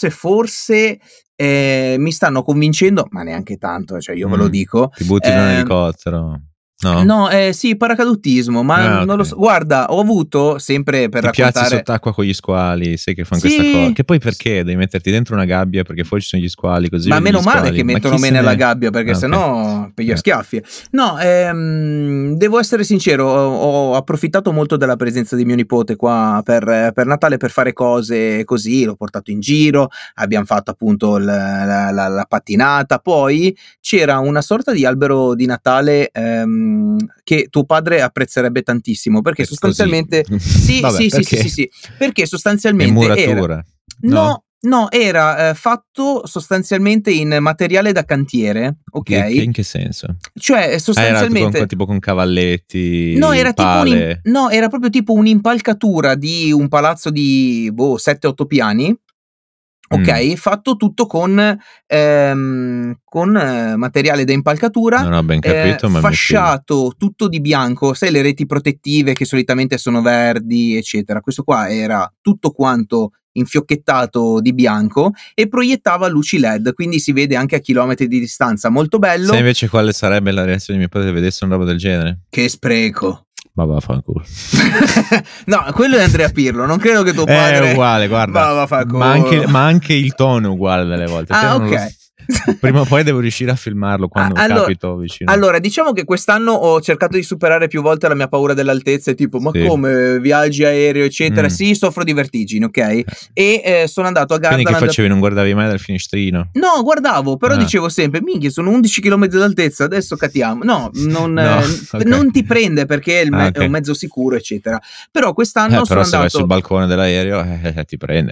mi stanno convincendo, ma neanche tanto, cioè io ve lo dico. Ti butti in un elicottero? No, sì, paracadutismo, ma non lo so. Guarda, ho avuto sempre per raccontare. Ti piazzi sott'acqua con gli squali, sai che fanno questa cosa. Che poi perché devi metterti dentro una gabbia, perché fuori ci sono gli squali, così. Ma meno male che mettono me nella gabbia, perché sennò piglio schiaffi. No, devo essere sincero, ho approfittato molto della presenza di mio nipote qua per Natale, per fare cose così. L'ho portato in giro, abbiamo fatto appunto la pattinata, poi c'era una sorta di albero di Natale che tuo padre apprezzerebbe tantissimo, perché sostanzialmente sì, perché sostanzialmente muratura. No, era fatto sostanzialmente in materiale da cantiere, ok? In che senso? Cioè sostanzialmente era tipo con cavalletti, no, era proprio tipo un'impalcatura di un palazzo di 7-8 piani. Ok, fatto tutto con materiale da impalcatura, non ho ben capito, ma fasciato tutto di bianco, sai, le reti protettive che solitamente sono verdi, eccetera. Questo qua era tutto quanto infiocchettato di bianco e proiettava luci LED, quindi si vede anche a chilometri di distanza, molto bello. Sai invece quale sarebbe la reazione di mio padre se vedesse una roba del genere? Che spreco. Ma vaffanculo. No, quello è Andrea Pirlo, non credo che tuo padre è uguale, guarda. Ma anche il tono è uguale delle volte. Ok. Prima o poi devo riuscire a filmarlo quando capito vicino. Allora, diciamo che quest'anno ho cercato di superare più volte la mia paura dell'altezza, e tipo, ma come viaggi aereo, eccetera. Sì, soffro di vertigini, ok? E sono andato a Gardaland. Quindi che facevi? Non guardavi mai dal finestrino? No, guardavo, però dicevo sempre, minchia, sono 11 km d'altezza, adesso catiamo. No, non ti prende, perché è un mezzo sicuro, eccetera. Però quest'anno sono andato. Però se vai sul balcone dell'aereo ti prende.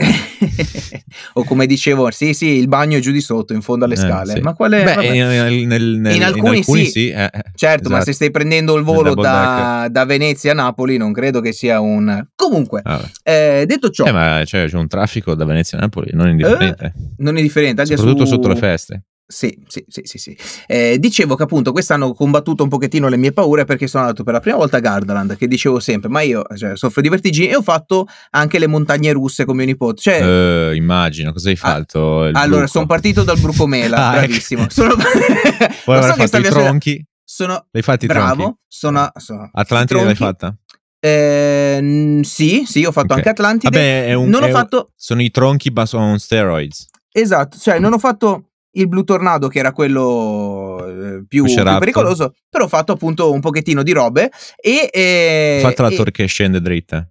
O come dicevo, sì, il bagno è giù di sotto, in fondo alle scale. Ma quale? In alcuni sì. Certo, esatto. Ma se stai prendendo il volo da Venezia a Napoli, non credo che sia un. Comunque, detto ciò, ma c'è un traffico da Venezia a Napoli non indifferente. Non indifferente, anche soprattutto sotto le feste. Sì. Dicevo che appunto quest'anno ho combattuto un pochettino le mie paure perché sono andato per la prima volta a Gardaland, che dicevo sempre, ma io soffro di vertigini, e ho fatto anche le montagne russe con mio nipote. Cioè, immagino, cosa hai fatto? Allora, sono partito dal Brucomela, bravissimo. Poi avrei fatto i tronchi. L'hai fatti bravo, tronchi? Atlantide l'hai fatta? Sì, ho fatto anche Atlantide. Vabbè, sono i tronchi on steroids. Esatto, cioè non ho fatto il Blue Tornado, che era quello più pericoloso, però ho fatto appunto un pochettino di robe Ho fatto la torre che scende dritta.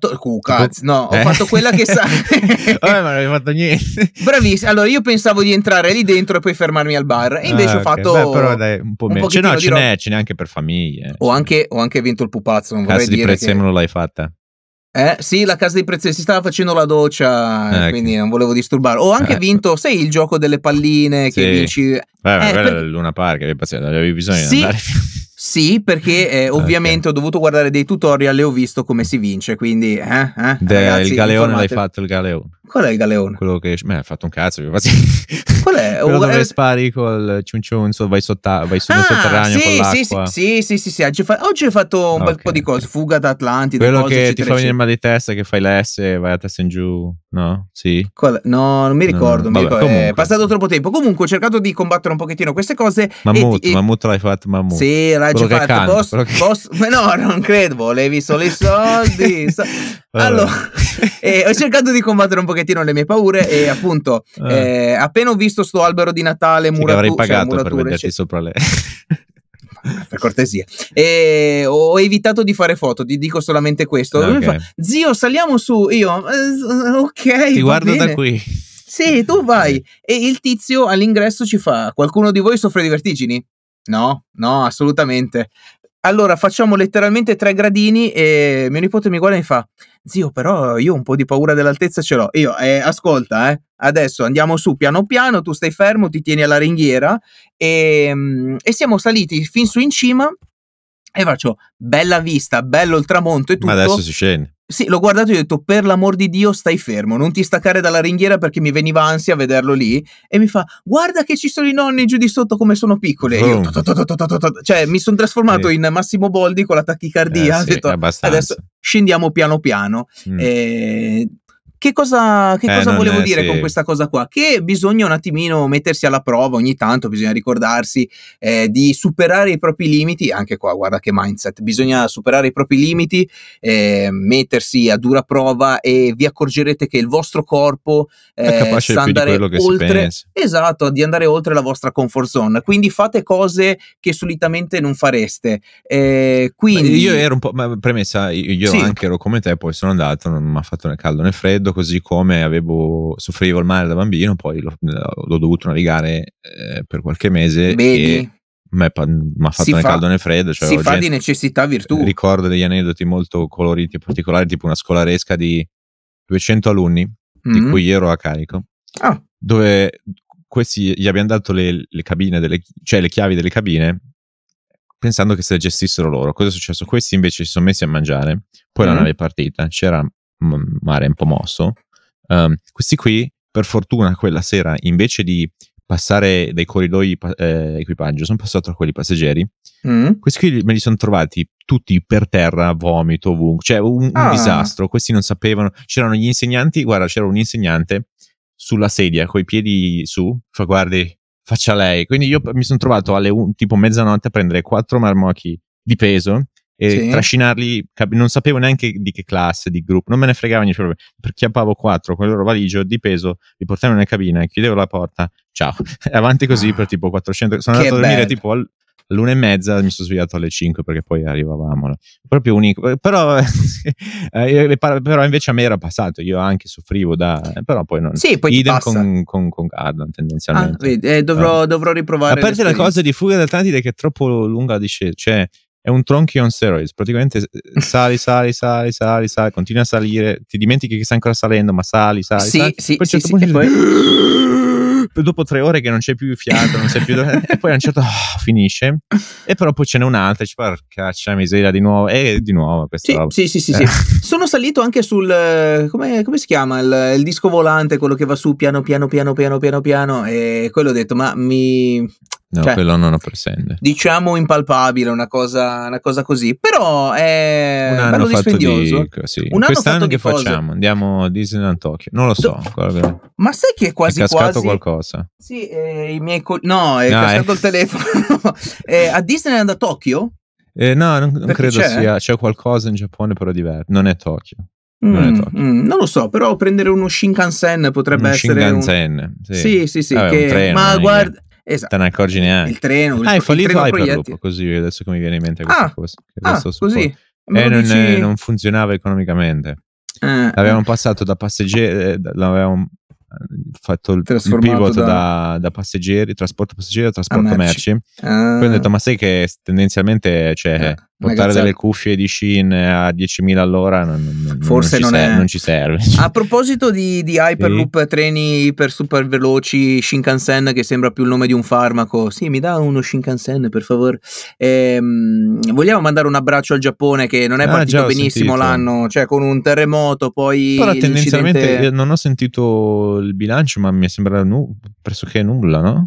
Ho fatto quella che sa. Vabbè, ma non hai fatto niente. Bravissimo. Allora io pensavo di entrare lì dentro e poi fermarmi al bar, e invece ho fatto però dai, un po' meno. Ce n'è anche per famiglie. Ho anche vinto il pupazzo, non vorrei dire. Casa di Prezzemolo l'hai fatta? Sì, la casa di Prezzemolo, si stava facendo la doccia, quindi non volevo disturbare. Ho anche vinto, sai, il gioco delle palline che vinci. Quello è il Luna Park, avevi bisogno di andare più. Sì, perché ovviamente ho dovuto guardare dei tutorial e ho visto come si vince, quindi ragazzi, il galeone l'hai fatto, il galeone. Qual è il galeone? Quello che hai fatto un cazzo. Qual è? Quello dove spari col ciunciunzo, vai nel sotterraneo con l'acqua. Sì. Oggi hai fatto un bel po' di cose. Fuga da Atlantide. Quello che ti fa venire mal di testa, che fai l'S, vai a testa in giù. No? Sì? No, non mi ricordo. Comunque. È passato troppo tempo. Comunque ho cercato di combattere un pochino queste cose. Mammut l'hai fatto, Mammut. Sì, l'hai fatto. Ma no, non credo. Volevi solo i soldi. Allora, ho cercato di combattere un pochettino le mie paure, e appunto appena ho visto sto albero di Natale avrei pagato per vederti sopra lei. Per cortesia. E ho evitato di fare foto, ti dico solamente questo. Okay. Mi fa, zio, saliamo su. Io ok, ti guardo bene. Da qui. Sì, tu vai. E il tizio all'ingresso ci fa: qualcuno di voi soffre di vertigini? No, assolutamente. Allora facciamo letteralmente 3 gradini e mio nipote mi guarda e mi fa: zio, però io un po' di paura dell'altezza ce l'ho. Io, ascolta, adesso andiamo su piano piano, tu stai fermo, ti tieni alla ringhiera, e siamo saliti fin su in cima e faccio: bella vista, bello il tramonto e tutto. Ma adesso si scende. Sì, l'ho guardato e ho detto: per l'amor di Dio stai fermo, non ti staccare dalla ringhiera, perché mi veniva ansia a vederlo lì. E mi fa: guarda che ci sono i nonni giù di sotto come sono piccoli. E io cioè mi sono trasformato in Massimo Boldi con la tachicardia. Ho detto: adesso scendiamo piano piano. Che cosa volevo dire con questa cosa qua? Che bisogna un attimino mettersi alla prova ogni tanto, bisogna ricordarsi di superare i propri limiti. Anche qua, guarda che mindset, bisogna superare i propri limiti, mettersi a dura prova, e vi accorgerete che il vostro corpo è capace sa andare più di quello che oltre, si pensa. esatto, di andare oltre la vostra comfort zone, quindi fate cose che solitamente non fareste. Quindi io ero un po', ma premessa, io anche ero come te, poi sono andato, non mi ha fatto né caldo né freddo, così come soffrivo il mare da bambino, poi l'ho dovuto navigare per qualche mese. Vedi? E mi ha fatto né caldo né freddo, cioè si fa di necessità virtù. Ricordo degli aneddoti molto coloriti e particolari, tipo una scolaresca di 200 alunni di cui io ero a carico, dove questi gli abbiamo dato le cabine cioè le chiavi delle cabine, pensando che se le gestissero loro. Cosa è successo? Questi invece si sono messi a mangiare, poi la nave è partita, c'era mare un po' mosso. Questi qui, per fortuna, quella sera, invece di passare dai corridoi equipaggio, sono passato a quelli passeggeri. Questi qui me li sono trovati tutti per terra, vomito ovunque, cioè un disastro. Questi non sapevano. C'erano gli insegnanti, guarda, c'era un insegnante sulla sedia coi piedi su, guardi, faccia lei. Quindi io mi sono trovato alle tipo mezzanotte a prendere 4 marmocchi di peso e trascinarli, non sapevo neanche di che classe, di gruppo, non me ne fregava niente, perchiappavo 4 con il loro valigia di peso, li portavo nella cabina, chiudevo la porta, ciao, e avanti così per tipo 400, sono andato a dormire tipo all'1:30, mi sono svegliato alle 5 perché poi arrivavamo, proprio unico, però invece a me era passato, io anche soffrivo però poi non, poi idem con Gardaland tendenzialmente. Dovrò riprovare. A parte la cosa di Fuga d'Atlantide che è troppo lunga di discesa, cioè è un tronchi on steroids, praticamente sali, continui a salire, ti dimentichi che stai ancora salendo, ma sali, poi a un certo punto dopo 3 ore che non c'è più fiato, non sai più dove, e poi a un certo finisce, e però poi ce n'è un'altra, ci porca miseria di nuovo, e di nuovo questa roba. Sì. Sono salito anche sul come si chiama il disco volante, quello che va su piano, e quello ho detto, ma no, cioè, quello non ho presente. Diciamo impalpabile, una cosa così, però è un anno bello fatto dispendioso. Sì. Un anno Quest'anno fatto che di cose. facciamo? Andiamo a Disneyland Tokyo? Non lo so. Ma sai che è cascato qualcosa? Sì, i miei no, è cascato il telefono. A Disneyland a Tokyo? No, non credo sia. C'è qualcosa in Giappone, però diverso. Non è Tokyo. Non lo so, però prendere uno Shinkansen potrebbe essere Shinkansen, sì. Sì, vabbè, che un treno, ma guarda, esatto. Te ne accorgi neanche. Il treno, è fallito treno Hyperloop, così adesso che mi viene in mente questa cosa. Così. Non funzionava economicamente. L'avevamo passato da passeggeri, l'avevamo fatto il pivot da passeggeri, trasporto passeggeri a trasporto merci. Poi ho detto, ma sai che tendenzialmente portare delle cuffie di Shin a 10.000 all'ora non ci serve. A proposito di Hyperloop, sì? Treni iper super veloci, Shinkansen, che sembra più il nome di un farmaco. Sì, mi dà uno Shinkansen, per favore. Vogliamo mandare un abbraccio al Giappone, che non è partito benissimo l'anno, cioè con un terremoto, poi però tendenzialmente non ho sentito il bilancio, ma mi sembra pressoché nulla, no?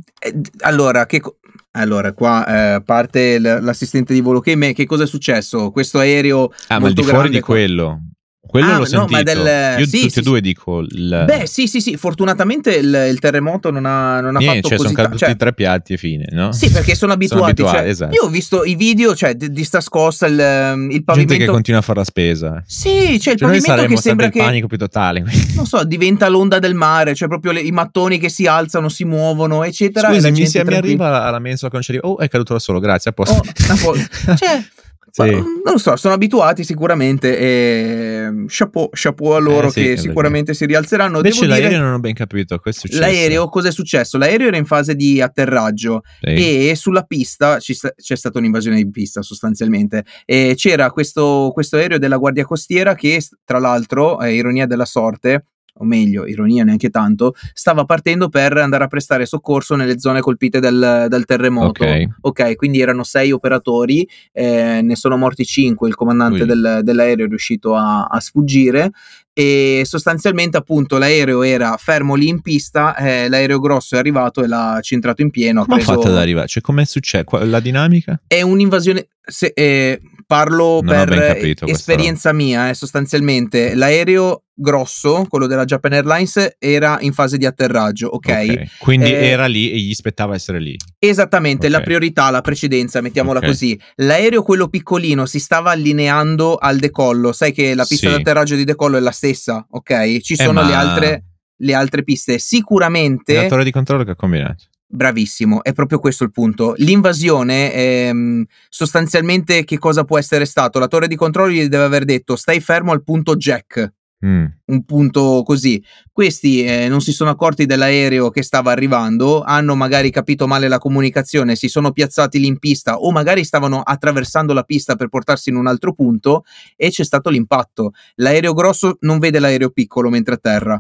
Allora, qua parte l'assistente di volo che cosa è successo? Questo aereo ma al di fuori di quello l'ho sentito. Io tutti e due dico beh, sì, fortunatamente il terremoto non ha fatto così, sono caduti 3 piatti e fine, no? Sì, perché sono abituati, esatto. Io ho visto i video, di sta scossa, il pavimento, gente che continua a fare la spesa. Sì, il pavimento che sembra che, il panico più totale. Non so, diventa l'onda del mare, cioè proprio i mattoni che si alzano, si muovono, eccetera. Scusi, mi arriva alla mensola con è caduto da solo, grazie, a posto. Sì. Non lo so, sono abituati sicuramente, e chapeau a loro, che sicuramente si rialzeranno. Invece l'aereo non ho ben capito cosa è successo. L'aereo, cosa è successo? L'aereo era in fase di atterraggio, e sulla pista c'è stata un'invasione di pista sostanzialmente, e c'era questo aereo della Guardia Costiera che, tra l'altro, ironia della sorte, o meglio, ironia neanche tanto, stava partendo per andare a prestare soccorso nelle zone colpite dal terremoto. Ok, quindi erano 6 operatori, ne sono morti 5, il comandante dell'aereo è riuscito a sfuggire, e sostanzialmente appunto l'aereo era fermo lì in pista, l'aereo grosso è arrivato e l'ha centrato in pieno. Come ha fatto ad arrivare? Cioè, com'è successo? La dinamica? È un'invasione, parlo non per esperienza mia, sostanzialmente l'aereo grosso, quello della Japan Airlines, era in fase di atterraggio, ok? Quindi era lì e gli spettava essere lì. Esattamente, la priorità, la precedenza, mettiamola così. L'aereo, quello piccolino, si stava allineando al decollo. Sai che la pista d'atterraggio di decollo è la stessa, ok? Ci sono le altre piste. Sicuramente la torre di controllo che ha combinato. Bravissimo, è proprio questo il punto. L'invasione, sostanzialmente, che cosa può essere stato? La torre di controllo gli deve aver detto: stai fermo al punto Jack. Un punto così. Questi non si sono accorti dell'aereo che stava arrivando, hanno magari capito male la comunicazione, si sono piazzati lì in pista, o magari stavano attraversando la pista per portarsi in un altro punto, e c'è stato l'impatto. L'aereo grosso non vede l'aereo piccolo mentre atterra.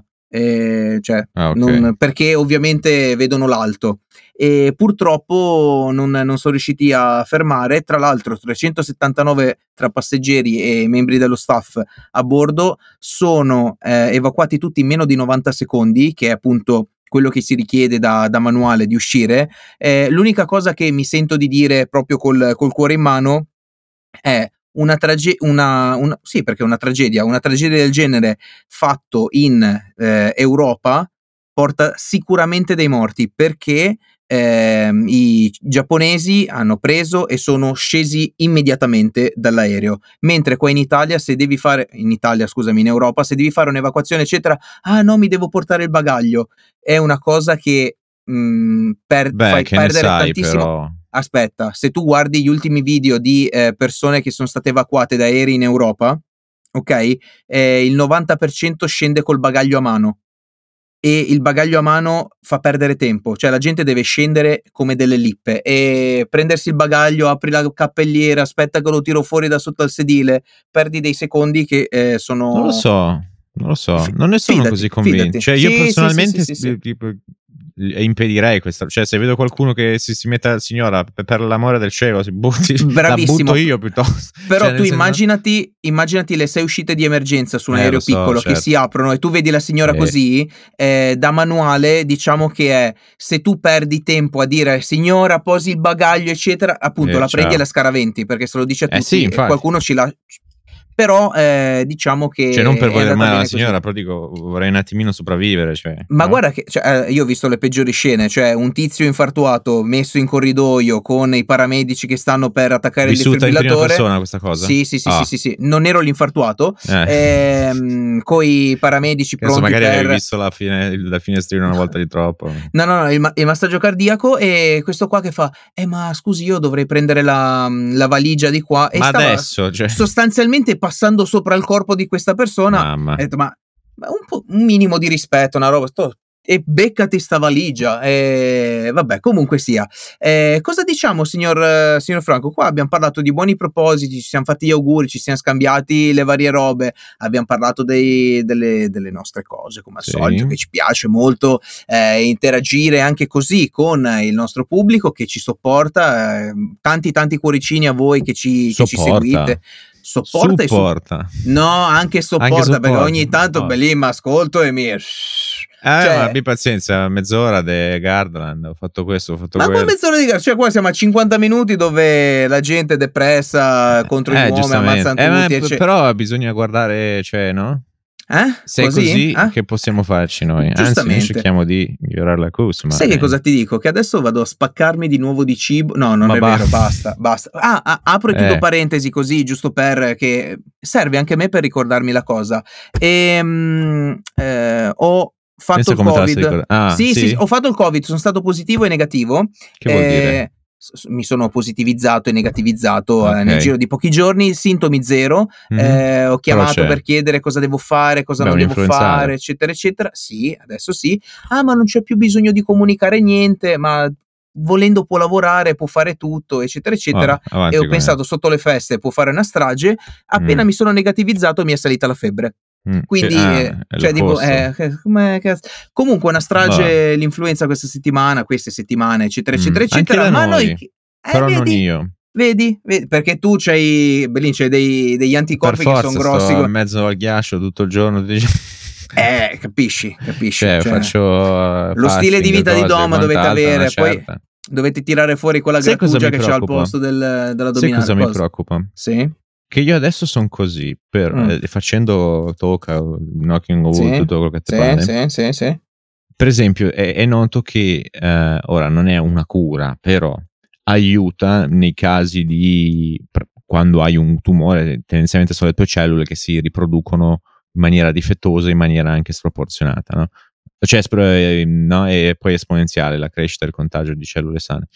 Perché ovviamente vedono l'alto, e purtroppo non sono riusciti a fermare. Tra l'altro 379 tra passeggeri e membri dello staff a bordo sono evacuati tutti in meno di 90 secondi, che è appunto quello che si richiede da manuale di uscire. L'unica cosa che mi sento di dire proprio col cuore in mano è perché una tragedia del genere fatto in Europa porta sicuramente dei morti, perché i giapponesi hanno preso e sono scesi immediatamente dall'aereo, mentre qua in Europa, se devi fare un'evacuazione eccetera, no, mi devo portare il bagaglio, è una cosa che fai perdere tantissimo. Però... Aspetta, se tu guardi gli ultimi video di persone che sono state evacuate da aerei in Europa, ok, il 90% scende col bagaglio a mano, e il bagaglio a mano fa perdere tempo, cioè la gente deve scendere come delle lippe e prendersi il bagaglio, apri la cappelliera, aspetta che lo tiro fuori da sotto al sedile, perdi dei secondi che sono... Non lo so, non ne sono così convinto. Cioè io personalmente impedirei questa, cioè se vedo qualcuno che si mette al signora per l'amore del cielo si butti, la butto io piuttosto. Però tu immaginati le 6 uscite di emergenza su un aereo piccolo, certo, che si aprono e tu vedi la signora così, da manuale diciamo che è, se tu perdi tempo a dire signora posi il bagaglio eccetera, appunto la preghi e la scaraventi, perché se lo dice a tutti e qualcuno ci lascia. Però diciamo che, cioè non per voler male alla signora, però dico vorrei un attimino sopravvivere, cioè, ma no? Guarda che io ho visto le peggiori scene, cioè un tizio infartuato messo in corridoio con i paramedici che stanno per attaccare il defibrillatore. In prima persona questa cosa? Sì, non ero l'infartuato, coi paramedici pronti magari per... avevi visto la finestrino una volta di troppo. No, il massaggio cardiaco, e questo qua che fa ma scusi, io dovrei prendere la valigia di qua, e ma stava adesso, cioè, sostanzialmente passando sopra il corpo di questa persona. Ho detto, ma un minimo di rispetto, una roba, e beccati sta valigia, vabbè, comunque sia. Cosa diciamo, signor Franco? Qua abbiamo parlato di buoni propositi, ci siamo fatti gli auguri, ci siamo scambiati le varie robe, abbiamo parlato delle nostre cose, come al solito, che ci piace molto interagire anche così con il nostro pubblico che ci sopporta, tanti cuoricini a voi che ci seguite. Supporta. No, anche sopporta, perché ogni tanto lì mi ascolto e mi... ma abbi pazienza, mezz'ora di Gardaland, ho fatto questo, ho fatto quello. Ma mezz'ora di Gardaland, cioè qua siamo a 50 minuti dove la gente è depressa contro gli uomini, ammazzano tutti. Però bisogna guardare, cioè, no? Se è così che possiamo farci noi. Anzi, noi cerchiamo di migliorare la cosa. Sai che cosa ti dico? Che adesso vado a spaccarmi di nuovo di cibo. No, non è vero, basta. Apro e chiudo parentesi così, giusto per che serve anche a me per ricordarmi la cosa. Ho fatto il Covid. Sì, ho fatto il Covid, sono stato positivo e negativo. Che vuol dire? Mi sono positivizzato e negativizzato nel giro di pochi giorni, sintomi zero. Ho chiamato per chiedere cosa devo fare, cosa non devo fare, eccetera eccetera. Sì, adesso sì. Ma non c'è più bisogno di comunicare niente, ma volendo può lavorare, può fare tutto, eccetera eccetera. E ho pensato sotto le feste può fare una strage. Appena mi sono negativizzato mi è salita la febbre. Quindi cioè tipo comunque una strage, l'influenza queste settimane eccetera eccetera, ma noi però non io. Vedi? Perché tu c'hai degli anticorpi che sono grossi, sto in mezzo al ghiaccio tutto il giorno. Capisci? Cioè, faccio lo stile di vita di Doma dovete avere, poi dovete tirare fuuri quella grattugia che c'è al posto dell'addominale. Sai cosa mi preoccupa? Sì. Che io adesso sono così, facendo talk, knocking on wood, tutto quello che ti pare. Sì. Per esempio, è noto che ora non è una cura, però aiuta nei casi di quando hai un tumore, tendenzialmente sono le tue cellule che si riproducono in maniera difettosa, in maniera anche sproporzionata, no? Cioè, no? E poi esponenziale la crescita e il contagio di cellule sane.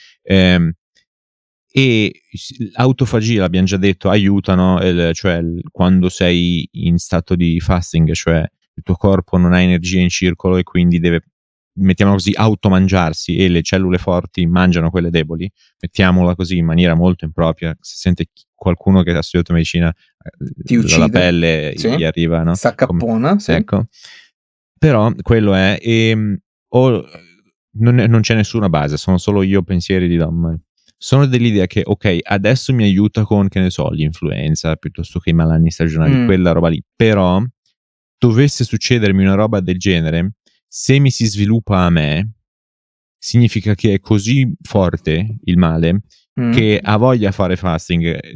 E l'autofagia, l'abbiamo già detto, aiutano, cioè quando sei in stato di fasting, cioè il tuo corpo non ha energia in circolo e quindi deve, mettiamola così, automangiarsi, e le cellule forti mangiano quelle deboli, mettiamola così in maniera molto impropria. Se sente qualcuno che ha studiato medicina, ti uccide, la pelle gli arriva, no? S'accappona, sì. Ecco. Però quello è, non c'è nessuna base, sono solo io pensieri di Dom. Sono dell'idea che, ok, adesso mi aiuta con, che ne so, l'influenza, piuttosto che i malanni stagionali, quella roba lì. Però, dovesse succedermi una roba del genere, se mi si sviluppa a me, significa che è così forte il male che ha voglia a fare fasting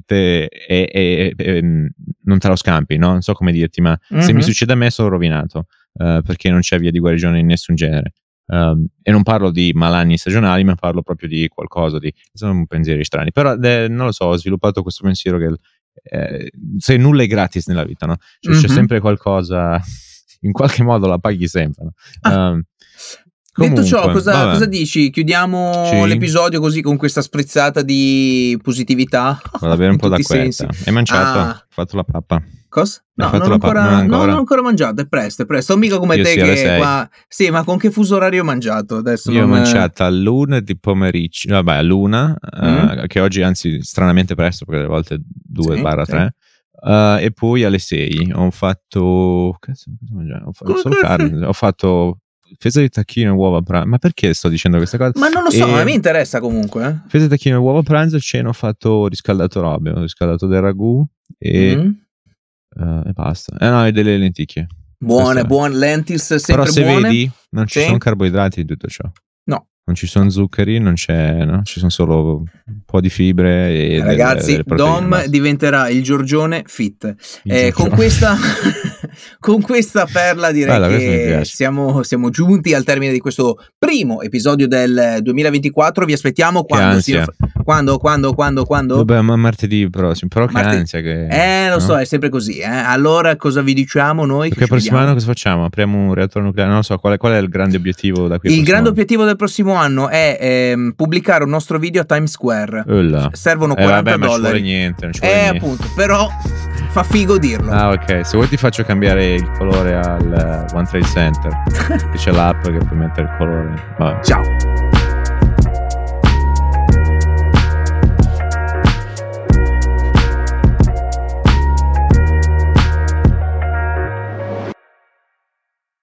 non te lo scampi, no? Non so come dirti, ma se mi succede a me sono rovinato, perché non c'è via di guarigione in nessun genere. E non parlo di malanni stagionali, ma parlo proprio di qualcosa di, sono pensieri strani, però non lo so, ho sviluppato questo pensiero che se nulla è gratis nella vita, no? Cioè, c'è sempre qualcosa, in qualche modo la paghi sempre, no? Comunque, detto ciò, cosa dici? Chiudiamo l'episodio così, con questa sprizzata di positività. Vado ad avere un po' d'acquetta. Hai mangiato? Hai fatto la pappa? Cosa? No, non ho ancora mangiato, è presto. Non mica come te che qua... Sì, ma con che fuso orario ho mangiato? Adesso io ho mangiato all'1 di pomeriggio, vabbè, all'1, che oggi anzi stranamente presto, perché alle volte 2/3. E poi alle 6 ho fatto... Cazzo, cosa ho mangiato? Ho fatto solo carne. Ho fatto fesa di tacchino e uova pranzo. Ma perché sto dicendo questa cosa? Ma non lo so, a me interessa comunque. Fesa di tacchino e uova pranzo, cena ho fatto riscaldato robe, ho riscaldato del ragù e basta. No, e delle lenticchie. Buone lentils, sempre però se buone. Vedi, non ci sono carboidrati in tutto ciò. No. Non ci sono zuccheri, non c'è, no? Ci sono solo un po' di fibre e ragazzi, delle proteine, Dom basta. Diventerà il Giorgione fit. Con questa perla direi che siamo giunti al termine di questo primo episodio del 2024. Vi aspettiamo quando? Vabbè, ma martedì prossimo. Però che ansia che... lo so, è sempre così. Allora cosa vi diciamo noi? Perché prossimo anno cosa facciamo? Apriamo un reattore nucleare? Non lo so, qual è il grande obiettivo da qui? Il grande obiettivo del prossimo anno è pubblicare un nostro video a Times Square. Servono $40. Vabbè, ma ci vuole niente, non ci vuole niente. Appunto, però fa figo dirlo. Ok, se vuoi ti faccio cambiare il colore al One Trade Center. Che c'è l'app che puoi mettere il colore. Vabbè. Ciao.